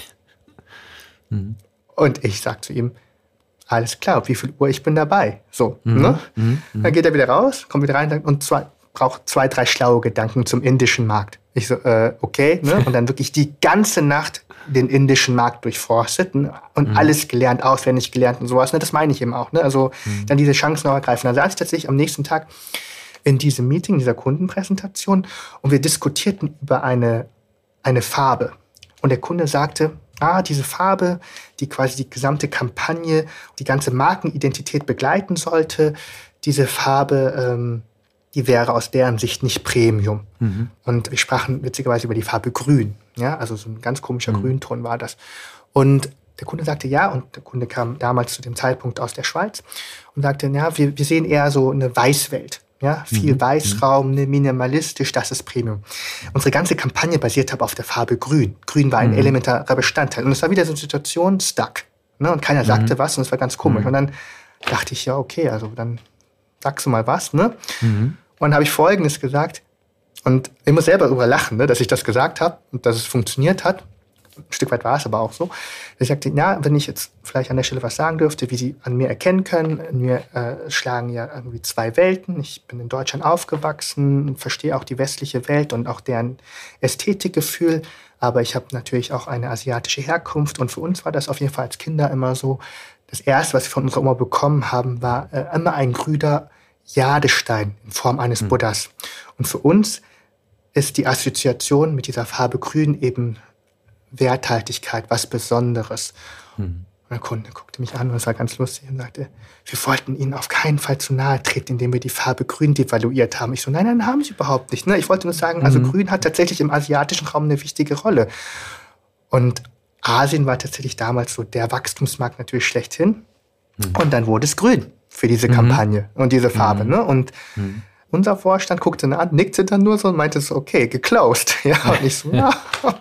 Und ich sag zu ihm, alles klar, wie viel Uhr, ich bin dabei. So, ne? Dann geht er wieder raus, kommt wieder rein und braucht 2, 3 schlaue Gedanken zum indischen Markt. Ich so, okay, ne? Und dann wirklich die ganze Nacht den indischen Markt durchforstet und alles gelernt, auswendig gelernt und sowas. Ne? Das meine ich eben auch. Ne? Also dann diese Chancen auch ergreifen. Dann saß ich tatsächlich am nächsten Tag in diesem Meeting, dieser Kundenpräsentation, und wir diskutierten über eine Farbe. Und der Kunde sagte, diese Farbe, die quasi die gesamte Kampagne, die ganze Markenidentität begleiten sollte, diese Farbe, die wäre aus deren Sicht nicht Premium. Und wir sprachen witzigerweise über die Farbe Grün. Ja, also so ein ganz komischer Grünton war das. Und der Kunde sagte ja, und der Kunde kam damals zu dem Zeitpunkt aus der Schweiz und sagte, ja, wir sehen eher so eine Weißwelt. Ja, viel Weißraum, minimalistisch, das ist Premium. Unsere ganze Kampagne basierte aber auf der Farbe Grün. Grün war ein elementarer Bestandteil. Und es war wieder so eine Situation, stuck. Ne? Und keiner sagte was und es war ganz komisch. Und dann dachte ich, ja, okay, also dann sagst du mal was. Ne? Und dann habe ich Folgendes gesagt. Und ich muss selber darüber lachen, ne, dass ich das gesagt habe und dass es funktioniert hat. Ein Stück weit war es aber auch so. Ich sagte, ja, wenn ich jetzt vielleicht an der Stelle was sagen dürfte, wie Sie an mir erkennen können, in mir schlagen ja irgendwie 2 Welten. Ich bin in Deutschland aufgewachsen, verstehe auch die westliche Welt und auch deren Ästhetikgefühl. Aber ich habe natürlich auch eine asiatische Herkunft. Und für uns war das auf jeden Fall als Kinder immer so, das Erste, was wir von unserer Oma bekommen haben, war immer ein grüner Jadestein in Form eines Buddhas. Und für uns ist die Assoziation mit dieser Farbe Grün eben Werthaltigkeit, was Besonderes. Und der Kunde guckte mich an und es war ganz lustig und sagte, wir wollten Ihnen auf keinen Fall zu nahe treten, indem wir die Farbe Grün devaluiert haben. Ich so, nein, haben Sie überhaupt nicht. Ne? Ich wollte nur sagen, also Grün hat tatsächlich im asiatischen Raum eine wichtige Rolle. Und Asien war tatsächlich damals so der Wachstumsmarkt natürlich schlechthin. Und dann wurde es grün für diese Kampagne und diese Farbe. Ne? Und unser Vorstand guckte ihn an, nickte dann nur so und meinte so, okay, geclosed. Ja, und ich so, ja,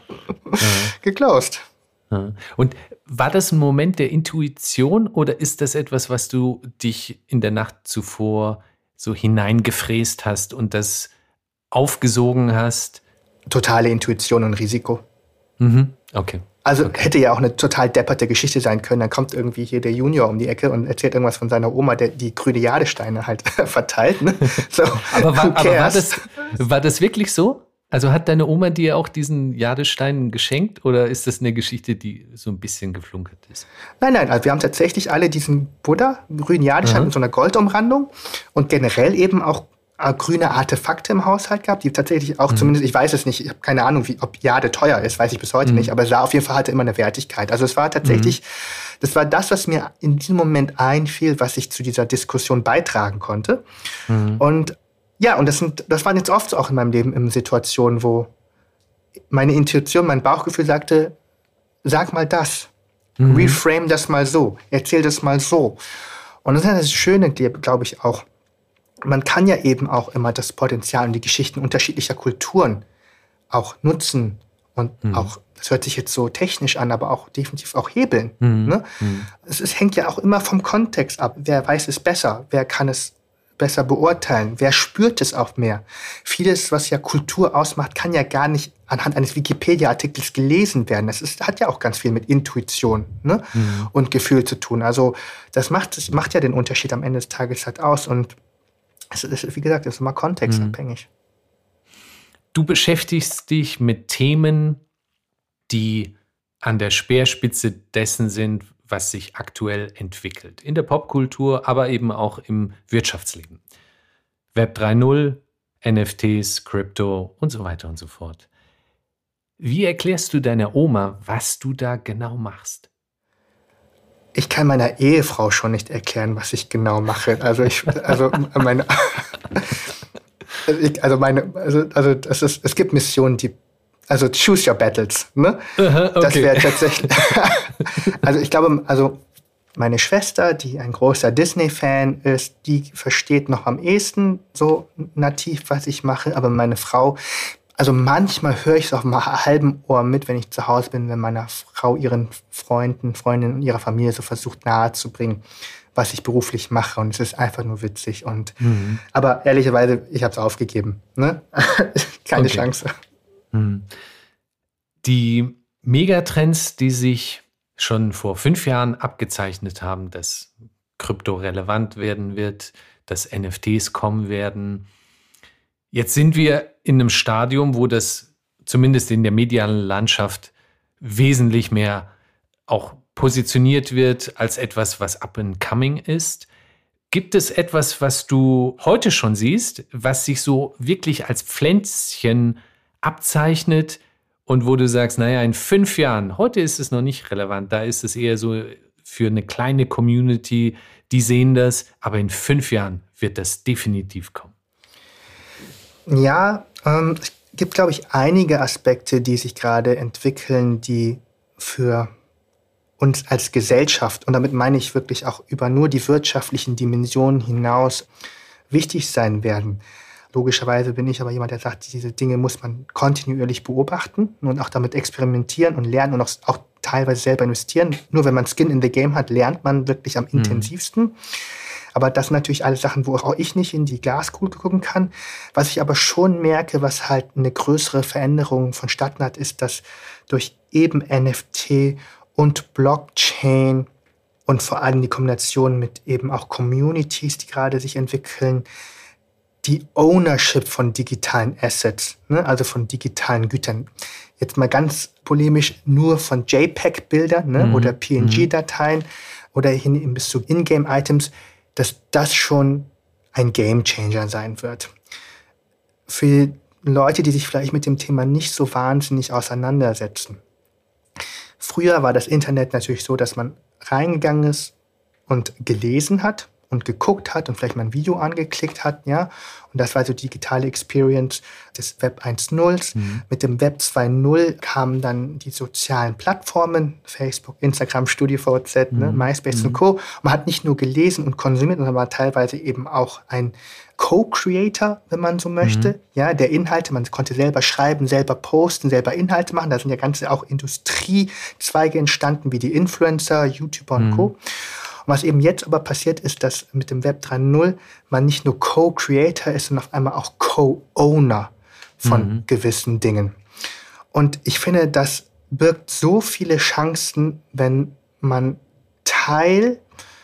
geclosed. Und war das ein Moment der Intuition oder ist das etwas, was du dich in der Nacht zuvor so hineingefräst hast und das aufgesogen hast? Totale Intuition und Risiko. Okay. Also hätte ja auch eine total depperte Geschichte sein können. Dann kommt irgendwie hier der Junior um die Ecke und erzählt irgendwas von seiner Oma, der die grüne Jadesteine halt verteilt. Ne? So, aber war das wirklich so? Also hat deine Oma dir auch diesen Jadestein geschenkt oder ist das eine Geschichte, die so ein bisschen geflunkert ist? Nein, also wir haben tatsächlich alle diesen Buddha, grünen Jadestein mit so einer Goldumrandung und generell eben auch grüne Artefakte im Haushalt gehabt, die tatsächlich auch zumindest, ich weiß es nicht, ich habe keine Ahnung, ob Jade teuer ist, weiß ich bis heute nicht, aber es auf jeden Fall hatte immer eine Wertigkeit. Also es war tatsächlich, das war das, was mir in diesem Moment einfiel, was ich zu dieser Diskussion beitragen konnte. Und ja, und das waren jetzt oft auch in meinem Leben in Situationen, wo meine Intuition, mein Bauchgefühl sagte, sag mal das, reframe das mal so, erzähl das mal so. Und das ist das Schöne, glaube ich, auch, man kann ja eben auch immer das Potenzial und die Geschichten unterschiedlicher Kulturen auch nutzen und auch, das hört sich jetzt so technisch an, aber auch definitiv auch hebeln. Ne? Es hängt ja auch immer vom Kontext ab. Wer weiß es besser? Wer kann es besser beurteilen? Wer spürt es auch mehr? Vieles, was ja Kultur ausmacht, kann ja gar nicht anhand eines Wikipedia-Artikels gelesen werden. Das hat ja auch ganz viel mit Intuition, ne? Und Gefühl zu tun. Also das macht ja den Unterschied am Ende des Tages halt aus. Und es ist, wie gesagt, es ist immer kontextabhängig. Du beschäftigst dich mit Themen, die an der Speerspitze dessen sind, was sich aktuell entwickelt. In der Popkultur, aber eben auch im Wirtschaftsleben. Web 3.0, NFTs, Krypto und so weiter und so fort. Wie erklärst du deiner Oma, was du da genau machst? Ich kann meiner Ehefrau schon nicht erklären, was ich genau mache. Es gibt Missionen, also choose your battles, ne? Okay. Das wäre tatsächlich. Also ich glaube, meine Schwester, die ein großer Disney-Fan ist, die versteht noch am ehesten so nativ, was ich mache. Aber meine Frau, also manchmal höre ich es auf einem halben Ohr mit, wenn ich zu Hause bin, wenn meine Frau ihren Freundinnen und ihrer Familie so versucht nahezubringen, was ich beruflich mache. Und es ist einfach nur witzig. Aber ehrlicherweise, ich habe es aufgegeben. Ne? Keine Chance. Die Megatrends, die sich schon vor 5 Jahren abgezeichnet haben, dass Krypto relevant werden wird, dass NFTs kommen werden. Jetzt sind wir in einem Stadium, wo das zumindest in der medialen Landschaft wesentlich mehr auch positioniert wird als etwas, was up and coming ist. Gibt es etwas, was du heute schon siehst, was sich so wirklich als Pflänzchen abzeichnet und wo du sagst, naja, in 5 Jahren, heute ist es noch nicht relevant, da ist es eher so für eine kleine Community, die sehen das, aber in 5 Jahren wird das definitiv kommen. Ja, es gibt, glaube ich, einige Aspekte, die sich gerade entwickeln, die für uns als Gesellschaft, und damit meine ich wirklich auch über nur die wirtschaftlichen Dimensionen hinaus, wichtig sein werden. Logischerweise bin ich aber jemand, der sagt, diese Dinge muss man kontinuierlich beobachten und auch damit experimentieren und lernen und auch teilweise selber investieren. Nur wenn man Skin in the Game hat, lernt man wirklich am intensivsten. Aber das sind natürlich alle Sachen, wo auch ich nicht in die Glaskugel gucken kann. Was ich aber schon merke, was halt eine größere Veränderung vonstatten hat, ist, dass durch eben NFT und Blockchain und vor allem die Kombination mit eben auch Communities, die gerade sich entwickeln, die Ownership von digitalen Assets, ne, also von digitalen Gütern. Jetzt mal ganz polemisch nur von JPEG-Bildern, ne, oder PNG-Dateien oder hin bis zu Ingame-Items, dass das schon ein Gamechanger sein wird. Für Leute, die sich vielleicht mit dem Thema nicht so wahnsinnig auseinandersetzen. Früher war das Internet natürlich so, dass man reingegangen ist und gelesen hat und geguckt hat und vielleicht mal ein Video angeklickt hat, ja. Und das war so die digitale Experience des Web 1.0. Mit dem Web 2.0 kamen dann die sozialen Plattformen, Facebook, Instagram, StudiVZ, MySpace und Co. Man hat nicht nur gelesen und konsumiert, sondern war teilweise eben auch ein Co-Creator, wenn man so möchte, ja, der Inhalte, man konnte selber schreiben, selber posten, selber Inhalte machen. Da sind ja ganze auch Industriezweige entstanden, wie die Influencer, YouTuber und Co. Und was eben jetzt aber passiert ist, dass mit dem Web 3.0 man nicht nur Co-Creator ist, sondern auf einmal auch Co-Owner von gewissen Dingen. Und ich finde, das birgt so viele Chancen, wenn man Teil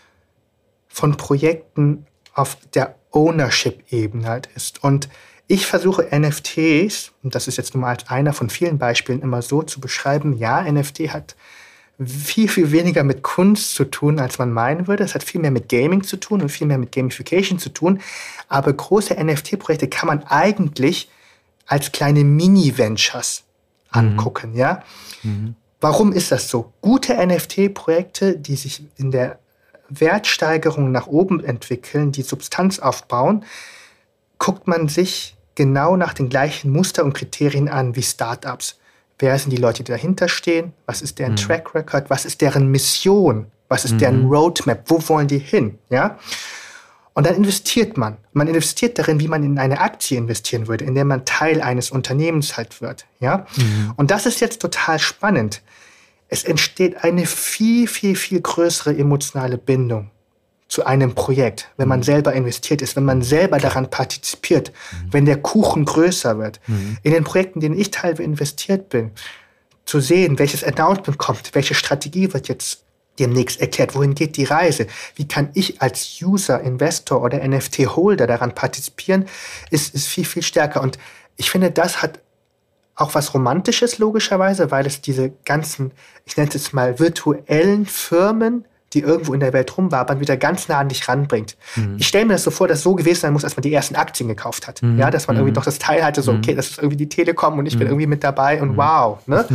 von Projekten auf der Ownership-Ebene halt ist. Und ich versuche NFTs, und das ist jetzt nur mal als einer von vielen Beispielen, immer so zu beschreiben, ja, NFT hat viel, viel weniger mit Kunst zu tun, als man meinen würde. Es hat viel mehr mit Gaming zu tun und viel mehr mit Gamification zu tun. Aber große NFT-Projekte kann man eigentlich als kleine Mini-Ventures angucken, ja. Warum ist das so? Gute NFT-Projekte, die sich in der Wertsteigerung nach oben entwickeln, die Substanz aufbauen, guckt man sich genau nach den gleichen Muster und Kriterien an wie Startups. Wer sind die Leute, die dahinter stehen? Was ist deren Track Record? Was ist deren Mission? Was ist deren Roadmap? Wo wollen die hin? Ja? Und dann investiert man. Man investiert darin, wie man in eine Aktie investieren würde, in der man Teil eines Unternehmens halt wird. Ja? Und das ist jetzt total spannend. Es entsteht eine viel, viel, viel größere emotionale Bindung zu einem Projekt, wenn man selber investiert ist, wenn man selber daran partizipiert, wenn der Kuchen größer wird. In den Projekten, in denen ich teilweise investiert bin, zu sehen, welches Announcement kommt, welche Strategie wird jetzt demnächst erklärt, wohin geht die Reise, wie kann ich als User, Investor oder NFT-Holder daran partizipieren, ist viel, viel stärker. Und ich finde, das hat auch was Romantisches logischerweise, weil es diese ganzen, ich nenne es jetzt mal virtuellen Firmen, die irgendwo in der Welt rumwabern, wieder ganz nah an dich ranbringt. Ich stelle mir das so vor, dass es so gewesen sein muss, als man die ersten Aktien gekauft hat. Ja, dass man irgendwie doch das Teil hatte, so, okay, das ist irgendwie die Telekom und ich bin irgendwie mit dabei und wow. Ne?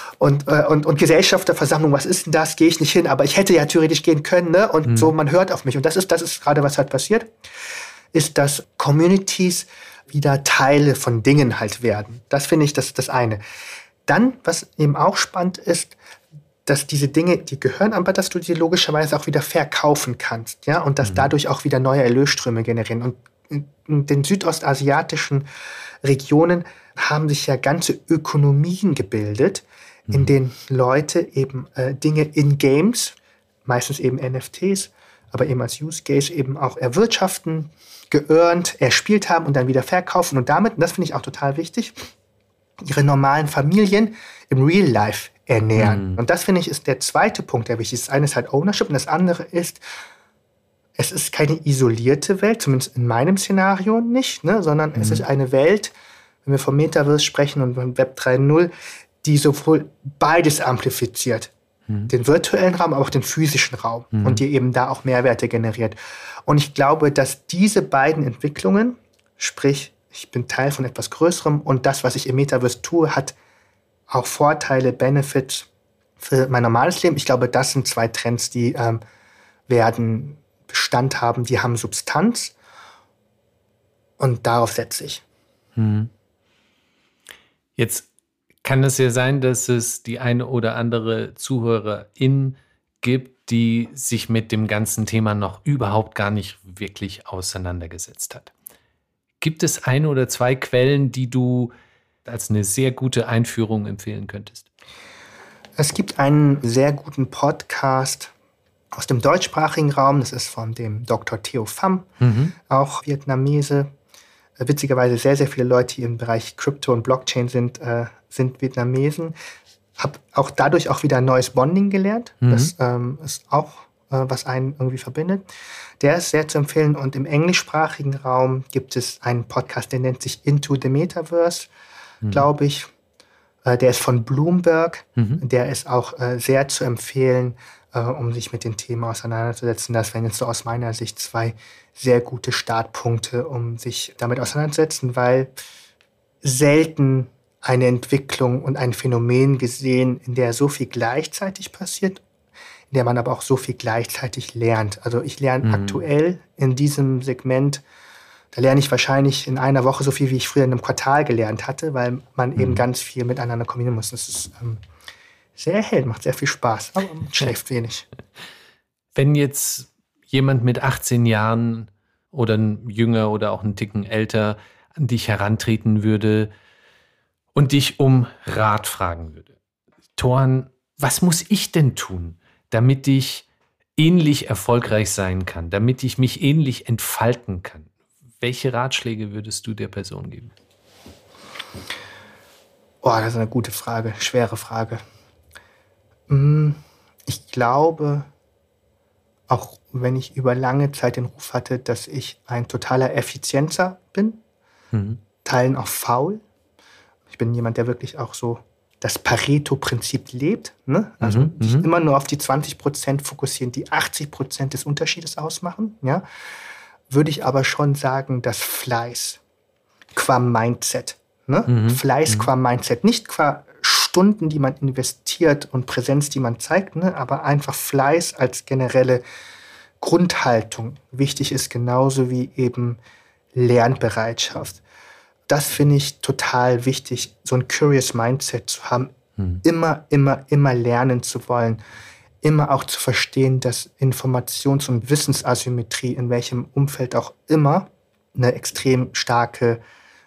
Und Gesellschafterversammlung, was ist denn das? Gehe ich nicht hin, aber ich hätte ja theoretisch gehen können. Ne? Und so, man hört auf mich. Und das ist gerade, was halt passiert, ist, dass Communities wieder Teile von Dingen halt werden. Das finde ich, das ist das eine. Dann, was eben auch spannend ist, dass diese Dinge, die gehören, aber dass du sie logischerweise auch wieder verkaufen kannst, ja, und dass dadurch auch wieder neue Erlösströme generieren. Und in den südostasiatischen Regionen haben sich ja ganze Ökonomien gebildet, in denen Leute eben Dinge in Games, meistens eben NFTs, aber eben als Use Case eben auch erwirtschaften, erspielt haben und dann wieder verkaufen und damit, und das finde ich auch total wichtig, ihre normalen Familien im Real Life ernähren. Und das, finde ich, ist der zweite Punkt, der wichtig ist. Das eine ist halt Ownership und das andere ist, es ist keine isolierte Welt, zumindest in meinem Szenario nicht, ne, sondern es ist eine Welt, wenn wir vom Metaverse sprechen und vom Web 3.0, die sowohl beides amplifiziert. Den virtuellen Raum, aber auch den physischen Raum und die eben da auch Mehrwerte generiert. Und ich glaube, dass diese beiden Entwicklungen, sprich, ich bin Teil von etwas Größerem und das, was ich im Metaverse tue, hat auch Vorteile, Benefits für mein normales Leben. Ich glaube, das sind zwei Trends, die werden Bestand haben, die haben Substanz und darauf setze ich. Jetzt kann es ja sein, dass es die eine oder andere Zuhörerin gibt, die sich mit dem ganzen Thema noch überhaupt gar nicht wirklich auseinandergesetzt hat. Gibt es eine oder zwei Quellen, die du als eine sehr gute Einführung empfehlen könntest? Es gibt einen sehr guten Podcast aus dem deutschsprachigen Raum. Das ist von dem Dr. Theo Pham, auch Vietnamese. Witzigerweise sehr, sehr viele Leute, die im Bereich Crypto und Blockchain sind Vietnamesen. Habe auch dadurch auch wieder ein neues Bonding gelernt. Das ist auch, was einen irgendwie verbindet. Der ist sehr zu empfehlen. Und im englischsprachigen Raum gibt es einen Podcast, der nennt sich Into the Metaverse, glaube ich. Der ist von Bloomberg. Der ist auch sehr zu empfehlen, um sich mit den Themen auseinanderzusetzen. Das wären jetzt so aus meiner Sicht 2 sehr gute Startpunkte, um sich damit auseinanderzusetzen, weil selten eine Entwicklung und ein Phänomen gesehen, in der so viel gleichzeitig passiert, in der man aber auch so viel gleichzeitig lernt. Also ich lerne aktuell in diesem Segment, da lerne ich wahrscheinlich in einer Woche so viel, wie ich früher in einem Quartal gelernt hatte, weil man eben ganz viel miteinander kombinieren muss. Das ist sehr erhellend, macht sehr viel Spaß, aber man schläft wenig. Wenn jetzt jemand mit 18 Jahren oder ein jünger oder auch ein Ticken älter an dich herantreten würde und dich um Rat fragen würde. Thorn, was muss ich denn tun, damit ich ähnlich erfolgreich sein kann, damit ich mich ähnlich entfalten kann? Welche Ratschläge würdest du der Person geben? Oh, das ist eine gute Frage, schwere Frage. Ich glaube, auch wenn ich über lange Zeit den Ruf hatte, dass ich ein totaler Effizienzer bin, Teilen auch faul. Ich bin jemand, der wirklich auch so das Pareto-Prinzip lebt. Ne? Also sich immer nur auf die 20% fokussieren, die 80% des Unterschiedes ausmachen. Ja? Würde ich aber schon sagen, dass Fleiß qua Mindset, ne? Fleiß qua Mindset, nicht qua Stunden, die man investiert und Präsenz, die man zeigt, ne? Aber einfach Fleiß als generelle Grundhaltung wichtig ist, genauso wie eben Lernbereitschaft. Das finde ich total wichtig, so ein Curious Mindset zu haben, immer lernen zu wollen, immer auch zu verstehen, dass Informations- und Wissensasymmetrie in welchem Umfeld auch immer ein extrem starkes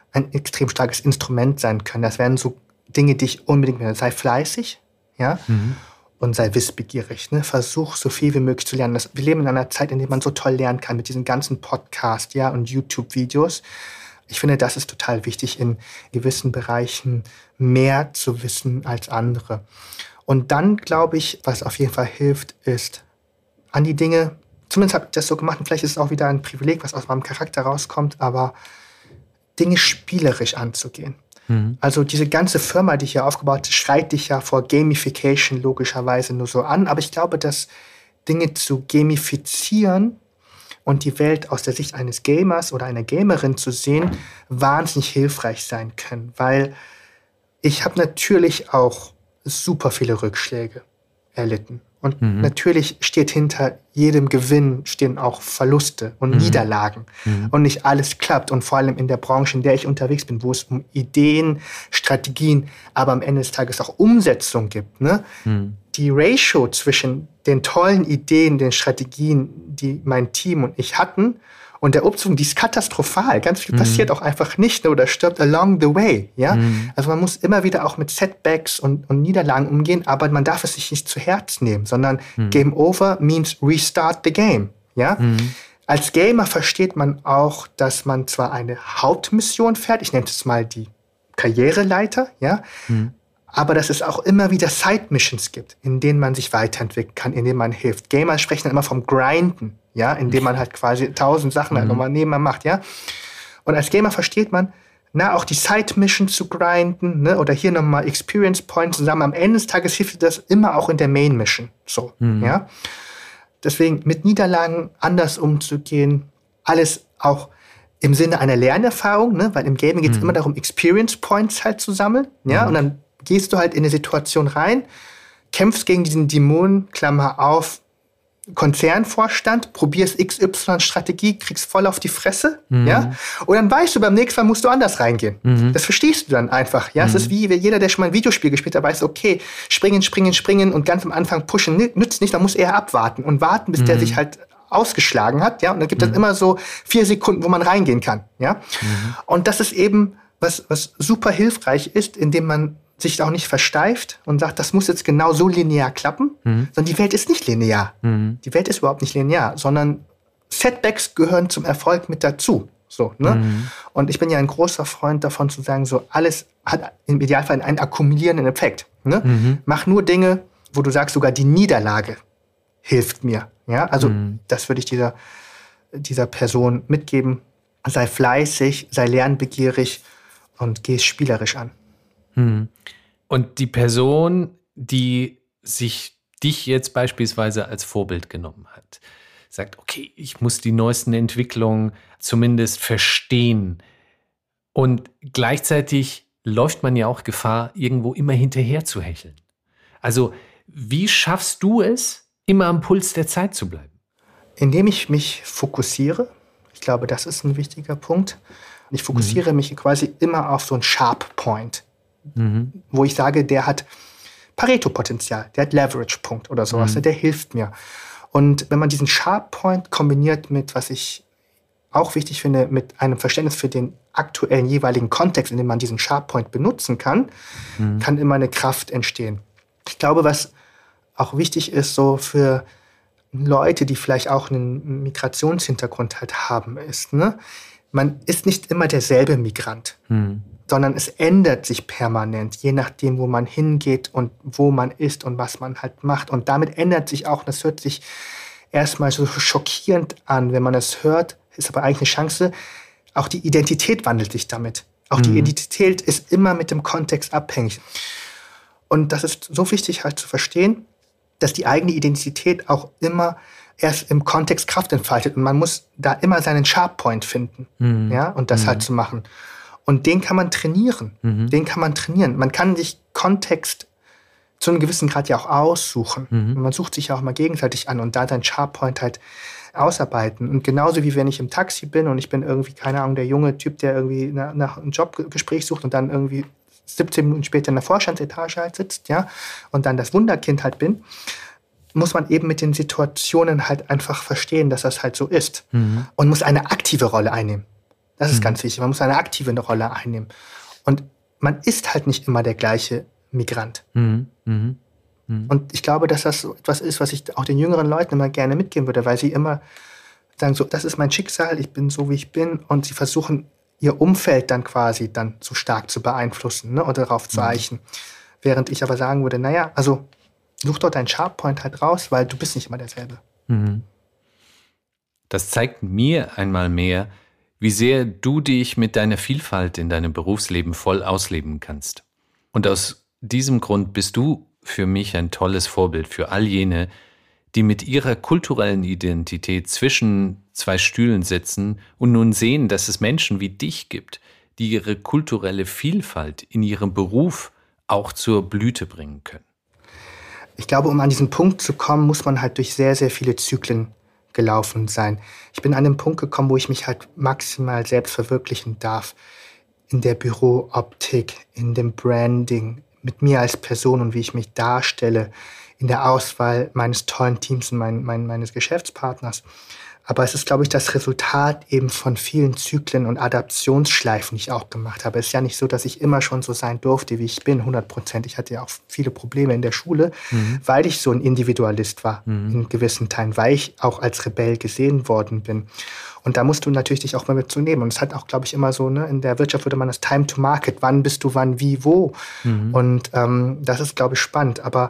Instrument sein können. Das wären so Dinge, die ich unbedingt mehr. Sei fleißig, ja, und sei wissbegierig. Ne? Versuch, so viel wie möglich zu lernen. Wir leben in einer Zeit, in der man so toll lernen kann mit diesen ganzen Podcasts, ja, und YouTube-Videos. Ich finde, das ist total wichtig, in gewissen Bereichen mehr zu wissen als andere. Und dann, glaube ich, was auf jeden Fall hilft, ist an die Dinge, zumindest habe ich das so gemacht, und vielleicht ist es auch wieder ein Privileg, was aus meinem Charakter rauskommt, aber Dinge spielerisch anzugehen. Also diese ganze Firma, die hier aufgebaut ist, schreit dich ja vor Gamification logischerweise nur so an, aber ich glaube, dass Dinge zu gamifizieren und die Welt aus der Sicht eines Gamers oder einer Gamerin zu sehen, wahnsinnig hilfreich sein können, weil ich habe natürlich auch super viele Rückschläge erlitten. Und natürlich steht hinter jedem Gewinn stehen auch Verluste und Niederlagen. Und nicht alles klappt. Und vor allem in der Branche, in der ich unterwegs bin, wo es um Ideen, Strategien, aber am Ende des Tages auch Umsetzung gibt. Ne? Die Ratio zwischen den tollen Ideen, den Strategien, die mein Team und ich hatten, und der Umzug, die ist katastrophal. Ganz viel passiert auch einfach nicht oder stirbt along the way. Ja? Also man muss immer wieder auch mit Setbacks und Niederlagen umgehen, aber man darf es sich nicht zu Herz nehmen, sondern Game over means restart the game. Ja? Als Gamer versteht man auch, dass man zwar eine Hauptmission fährt, ich nenne es mal die Karriereleiter, ja, aber dass es auch immer wieder Side-Missions gibt, in denen man sich weiterentwickeln kann, in denen man hilft. Gamer sprechen dann immer vom Grinden, ja, indem man halt quasi 1000 Sachen halt nochmal nebenan macht, ja. Und als Gamer versteht man, auch die Side-Mission zu grinden, ne, oder hier nochmal Experience Points zusammen. Am Ende des Tages hilft das immer auch in der Main-Mission, so, ja. Deswegen mit Niederlagen anders umzugehen, alles auch im Sinne einer Lernerfahrung, ne, weil im Gaming geht es immer darum, Experience Points halt zu sammeln, ja, und dann gehst du halt in eine Situation rein, kämpfst gegen diesen Dämonen, Klammer auf, Konzernvorstand, probierst XY-Strategie, kriegst voll auf die Fresse, ja, und dann weißt du, beim nächsten Mal musst du anders reingehen. Das verstehst du dann einfach, ja. Es ist wie jeder, der schon mal ein Videospiel gespielt hat, weiß, okay, springen und ganz am Anfang pushen nützt nicht, dann muss er abwarten und warten, bis der sich halt ausgeschlagen hat, ja, und dann gibt es immer so 4 Sekunden, wo man reingehen kann, ja. Und das ist eben was super hilfreich ist, indem man sich auch nicht versteift und sagt, das muss jetzt genau so linear klappen, sondern die Welt ist nicht linear. Die Welt ist überhaupt nicht linear, sondern Setbacks gehören zum Erfolg mit dazu. So, ne? Und ich bin ja ein großer Freund davon zu sagen, so alles hat im Idealfall einen akkumulierenden Effekt. Ne? Mach nur Dinge, wo du sagst, sogar die Niederlage hilft mir. Ja? Also das würde ich dieser Person mitgeben. Sei fleißig, sei lernbegierig und geh es spielerisch an. Und die Person, die sich dich jetzt beispielsweise als Vorbild genommen hat, sagt, okay, ich muss die neuesten Entwicklungen zumindest verstehen. Und gleichzeitig läuft man ja auch Gefahr, irgendwo immer hinterher zu hecheln. Also, wie schaffst du es, immer am Puls der Zeit zu bleiben? Indem ich mich fokussiere. Ich glaube, das ist ein wichtiger Punkt. Ich fokussiere mich quasi immer auf so einen Sharp Point, wo ich sage, der hat Pareto-Potenzial, der hat Leverage-Punkt oder sowas, der hilft mir. Und wenn man diesen Sharp Point kombiniert mit, was ich auch wichtig finde, mit einem Verständnis für den aktuellen jeweiligen Kontext, in dem man diesen Sharp Point benutzen kann, kann immer eine Kraft entstehen. Ich glaube, was auch wichtig ist, so für Leute, die vielleicht auch einen Migrationshintergrund halt haben, ist, ne? Man ist nicht immer derselbe Migrant, sondern es ändert sich permanent, je nachdem, wo man hingeht und wo man ist und was man halt macht. Und damit ändert sich auch, das hört sich erstmal so schockierend an, wenn man es hört, ist aber eigentlich eine Chance, auch die Identität wandelt sich damit. Auch die Identität ist immer mit dem Kontext abhängig. Und das ist so wichtig halt zu verstehen, dass die eigene Identität auch immer erst im Kontext Kraft entfaltet. Und man muss da immer seinen Sharp Point finden, ja, und das halt zu machen. Und den kann man trainieren. Den kann man trainieren. Man kann sich Kontext zu einem gewissen Grad ja auch aussuchen. Man sucht sich ja auch mal gegenseitig an und da seinen Sharp Point halt ausarbeiten. Und genauso wie wenn ich im Taxi bin und ich bin irgendwie, keine Ahnung, der junge Typ, der irgendwie nach einem Jobgespräch sucht und dann irgendwie 17 Minuten später in der Vorstandsetage halt sitzt, ja, und dann das Wunderkind halt bin, muss man eben mit den Situationen halt einfach verstehen, dass das halt so ist. Und muss eine aktive Rolle einnehmen. Das ist ganz wichtig. Man muss eine aktive Rolle einnehmen. Und man ist halt nicht immer der gleiche Migrant. Und ich glaube, dass das so etwas ist, was ich auch den jüngeren Leuten immer gerne mitgeben würde, weil sie immer sagen so, das ist mein Schicksal, ich bin so, wie ich bin. Und sie versuchen, ihr Umfeld dann quasi dann so stark zu beeinflussen, ne, oder darauf zu eichen. Während ich aber sagen würde, naja, also such dort deinen Sharp Point halt raus, weil du bist nicht immer derselbe. Das zeigt mir einmal mehr, wie sehr du dich mit deiner Vielfalt in deinem Berufsleben voll ausleben kannst. Und aus diesem Grund bist du für mich ein tolles Vorbild für all jene, die mit ihrer kulturellen Identität zwischen zwei Stühlen sitzen und nun sehen, dass es Menschen wie dich gibt, die ihre kulturelle Vielfalt in ihrem Beruf auch zur Blüte bringen können. Ich glaube, um an diesen Punkt zu kommen, muss man halt durch sehr, sehr viele Zyklen gelaufen sein. Ich bin an den Punkt gekommen, wo ich mich halt maximal selbst verwirklichen darf. In der Bürooptik, in dem Branding, mit mir als Person und wie ich mich darstelle, in der Auswahl meines tollen Teams und meines Geschäftspartners. Aber es ist, glaube ich, das Resultat eben von vielen Zyklen und Adaptionsschleifen, die ich auch gemacht habe. Es ist ja nicht so, dass ich immer schon so sein durfte, wie ich bin, 100%. Ich hatte ja auch viele Probleme in der Schule, weil ich so ein Individualist war, in gewissen Teilen, weil ich auch als Rebell gesehen worden bin. Und da musst du natürlich dich auch mal mit zu nehmen. Und es hat auch, glaube ich, immer so, ne, in der Wirtschaft würde man das Time to Market, wann bist du, wann, wie, wo. Und das ist, glaube ich, spannend. Aber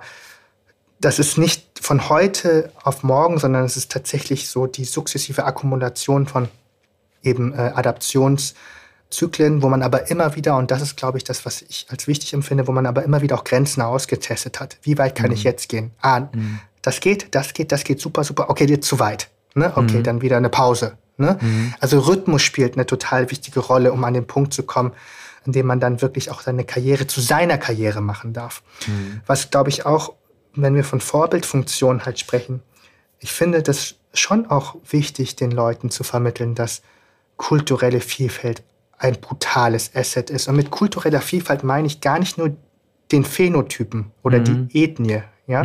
das ist nicht von heute auf morgen, sondern es ist tatsächlich so die sukzessive Akkumulation von eben Adaptionszyklen, wo man aber immer wieder, und das ist, glaube ich, das, was ich als wichtig empfinde, wo man aber immer wieder auch Grenzen ausgetestet hat. Wie weit kann ich jetzt gehen? Das geht, super, okay, jetzt zu weit. Ne? Okay, dann wieder eine Pause. Ne? Also Rhythmus spielt eine total wichtige Rolle, um an den Punkt zu kommen, in dem man dann wirklich auch seine Karriere zu seiner Karriere machen darf. Was, glaube ich, auch, wenn wir von Vorbildfunktion halt sprechen, ich finde das schon auch wichtig, den Leuten zu vermitteln, dass kulturelle Vielfalt ein brutales Asset ist. Und mit kultureller Vielfalt meine ich gar nicht nur den Phänotypen oder die Ethnie. Ja?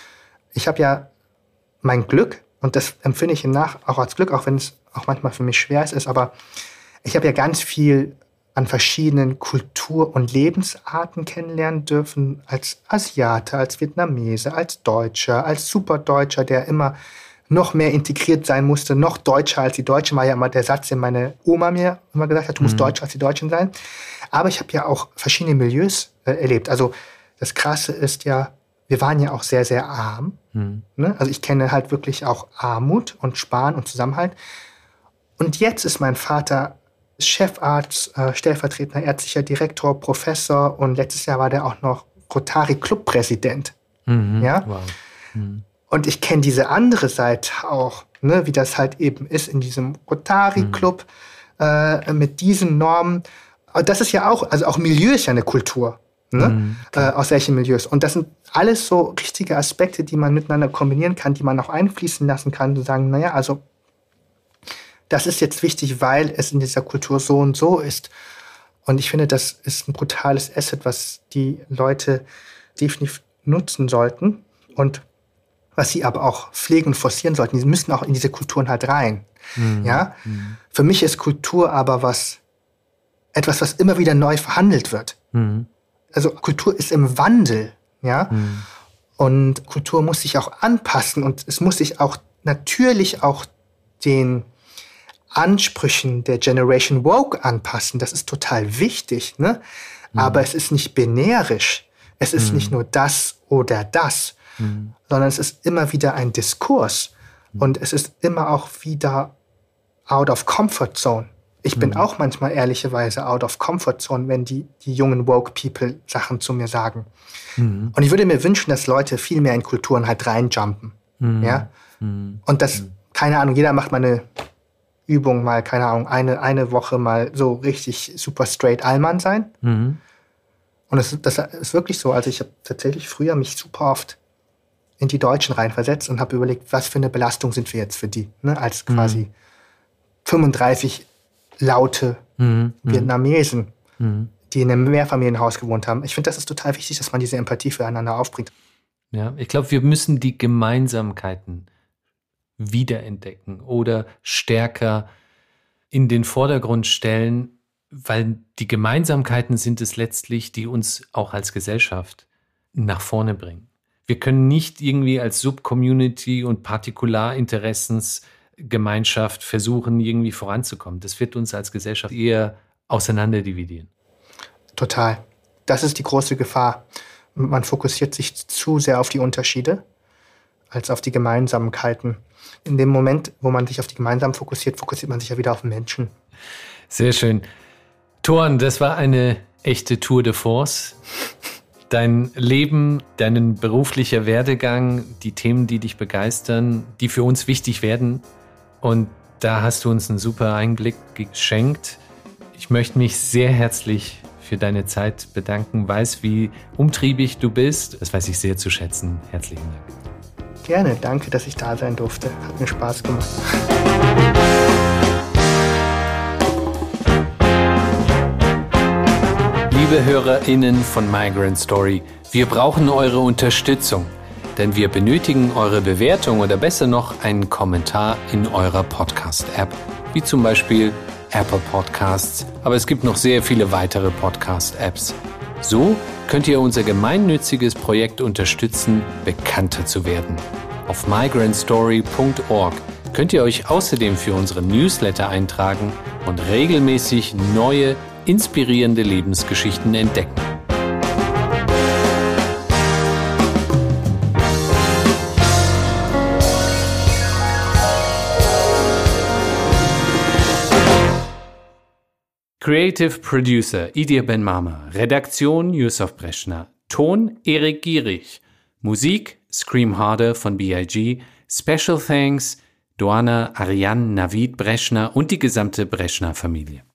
Ich habe ja mein Glück, und das empfinde ich im auch als Glück, auch wenn es auch manchmal für mich schwer ist, aber ich habe ja ganz viel an verschiedenen Kultur- und Lebensarten kennenlernen dürfen, als Asiate, als Vietnamese, als Deutscher, als Superdeutscher, der immer noch mehr integriert sein musste, noch deutscher als die Deutschen, war ja immer der Satz, den meine Oma mir immer gesagt hat, du musst deutscher als die Deutschen sein. Aber ich habe ja auch verschiedene Milieus erlebt. Also das Krasse ist ja, wir waren ja auch sehr, sehr arm. Ne? Also ich kenne halt wirklich auch Armut und Sparen und Zusammenhalt. Und jetzt ist mein Vater Chefarzt, stellvertretender ärztlicher Direktor, Professor und letztes Jahr war der auch noch Rotary-Club-Präsident. Ja? Wow. Und ich kenne diese andere Seite auch, ne, wie das halt eben ist in diesem Rotary-Club mit diesen Normen. Das ist ja auch, also auch Milieu ist ja eine Kultur, ne? Aus welchen Milieus. Und das sind alles so richtige Aspekte, die man miteinander kombinieren kann, die man auch einfließen lassen kann und sagen, naja, also das ist jetzt wichtig, weil es in dieser Kultur so und so ist. Und ich finde, das ist ein brutales Asset, was die Leute definitiv nutzen sollten und was sie aber auch pflegen und forcieren sollten. Die müssen auch in diese Kulturen halt rein. Ja? Für mich ist Kultur aber etwas, was immer wieder neu verhandelt wird. Also Kultur ist im Wandel. Ja? Und Kultur muss sich auch anpassen und es muss sich auch natürlich auch den Ansprüchen der Generation Woke anpassen. Das ist total wichtig, ne? Aber es ist nicht binärisch. Es ist nicht nur das oder das, sondern es ist immer wieder ein Diskurs. Und es ist immer auch wieder out of comfort zone. Ich bin auch manchmal ehrlicherweise out of comfort zone, wenn die jungen Woke People Sachen zu mir sagen. Und ich würde mir wünschen, dass Leute viel mehr in Kulturen halt reinjumpen. Ja? Und das, keine Ahnung, jeder macht mal eine Übung mal, keine Ahnung, eine Woche mal so richtig super straight Allmann sein. Und das ist wirklich so. Also ich habe tatsächlich früher mich super oft in die Deutschen reinversetzt und habe überlegt, was für eine Belastung sind wir jetzt für die, ne? Als quasi 35 laute Vietnamesen, die in einem Mehrfamilienhaus gewohnt haben. Ich finde, das ist total wichtig, dass man diese Empathie füreinander aufbringt. Ja, ich glaube, wir müssen die Gemeinsamkeiten wiederentdecken oder stärker in den Vordergrund stellen, weil die Gemeinsamkeiten sind es letztlich, die uns auch als Gesellschaft nach vorne bringen. Wir können nicht irgendwie als Subcommunity und Partikularinteressensgemeinschaft versuchen, irgendwie voranzukommen. Das wird uns als Gesellschaft eher auseinanderdividieren. Total. Das ist die große Gefahr. Man fokussiert sich zu sehr auf die Unterschiede als auf die Gemeinsamkeiten. In dem Moment, wo man sich auf die Gemeinsamen fokussiert, fokussiert man sich ja wieder auf den Menschen. Sehr schön. Thorn, das war eine echte Tour de Force. Dein Leben, dein beruflicher Werdegang, die Themen, die dich begeistern, die für uns wichtig werden. Und da hast du uns einen super Einblick geschenkt. Ich möchte mich sehr herzlich für deine Zeit bedanken. Weiß, wie umtriebig du bist. Das weiß ich sehr zu schätzen. Herzlichen Dank. Gerne, danke, dass ich da sein durfte. Hat mir Spaß gemacht. Liebe HörerInnen von Migrant Story, wir brauchen eure Unterstützung, denn wir benötigen eure Bewertung oder besser noch einen Kommentar in eurer Podcast-App, wie zum Beispiel Apple Podcasts, aber es gibt noch sehr viele weitere Podcast-Apps. So könnt ihr unser gemeinnütziges Projekt unterstützen, bekannter zu werden. Auf migrantstory.org könnt ihr euch außerdem für unsere Newsletter eintragen und regelmäßig neue, inspirierende Lebensgeschichten entdecken. Creative Producer Idir Ben-Mama, Redaktion Yusuf Breschner, Ton Erik Gierig, Musik Scream Harder von B.I.G., Special Thanks Doana Ariane Navid Breschner und die gesamte Breschner Familie.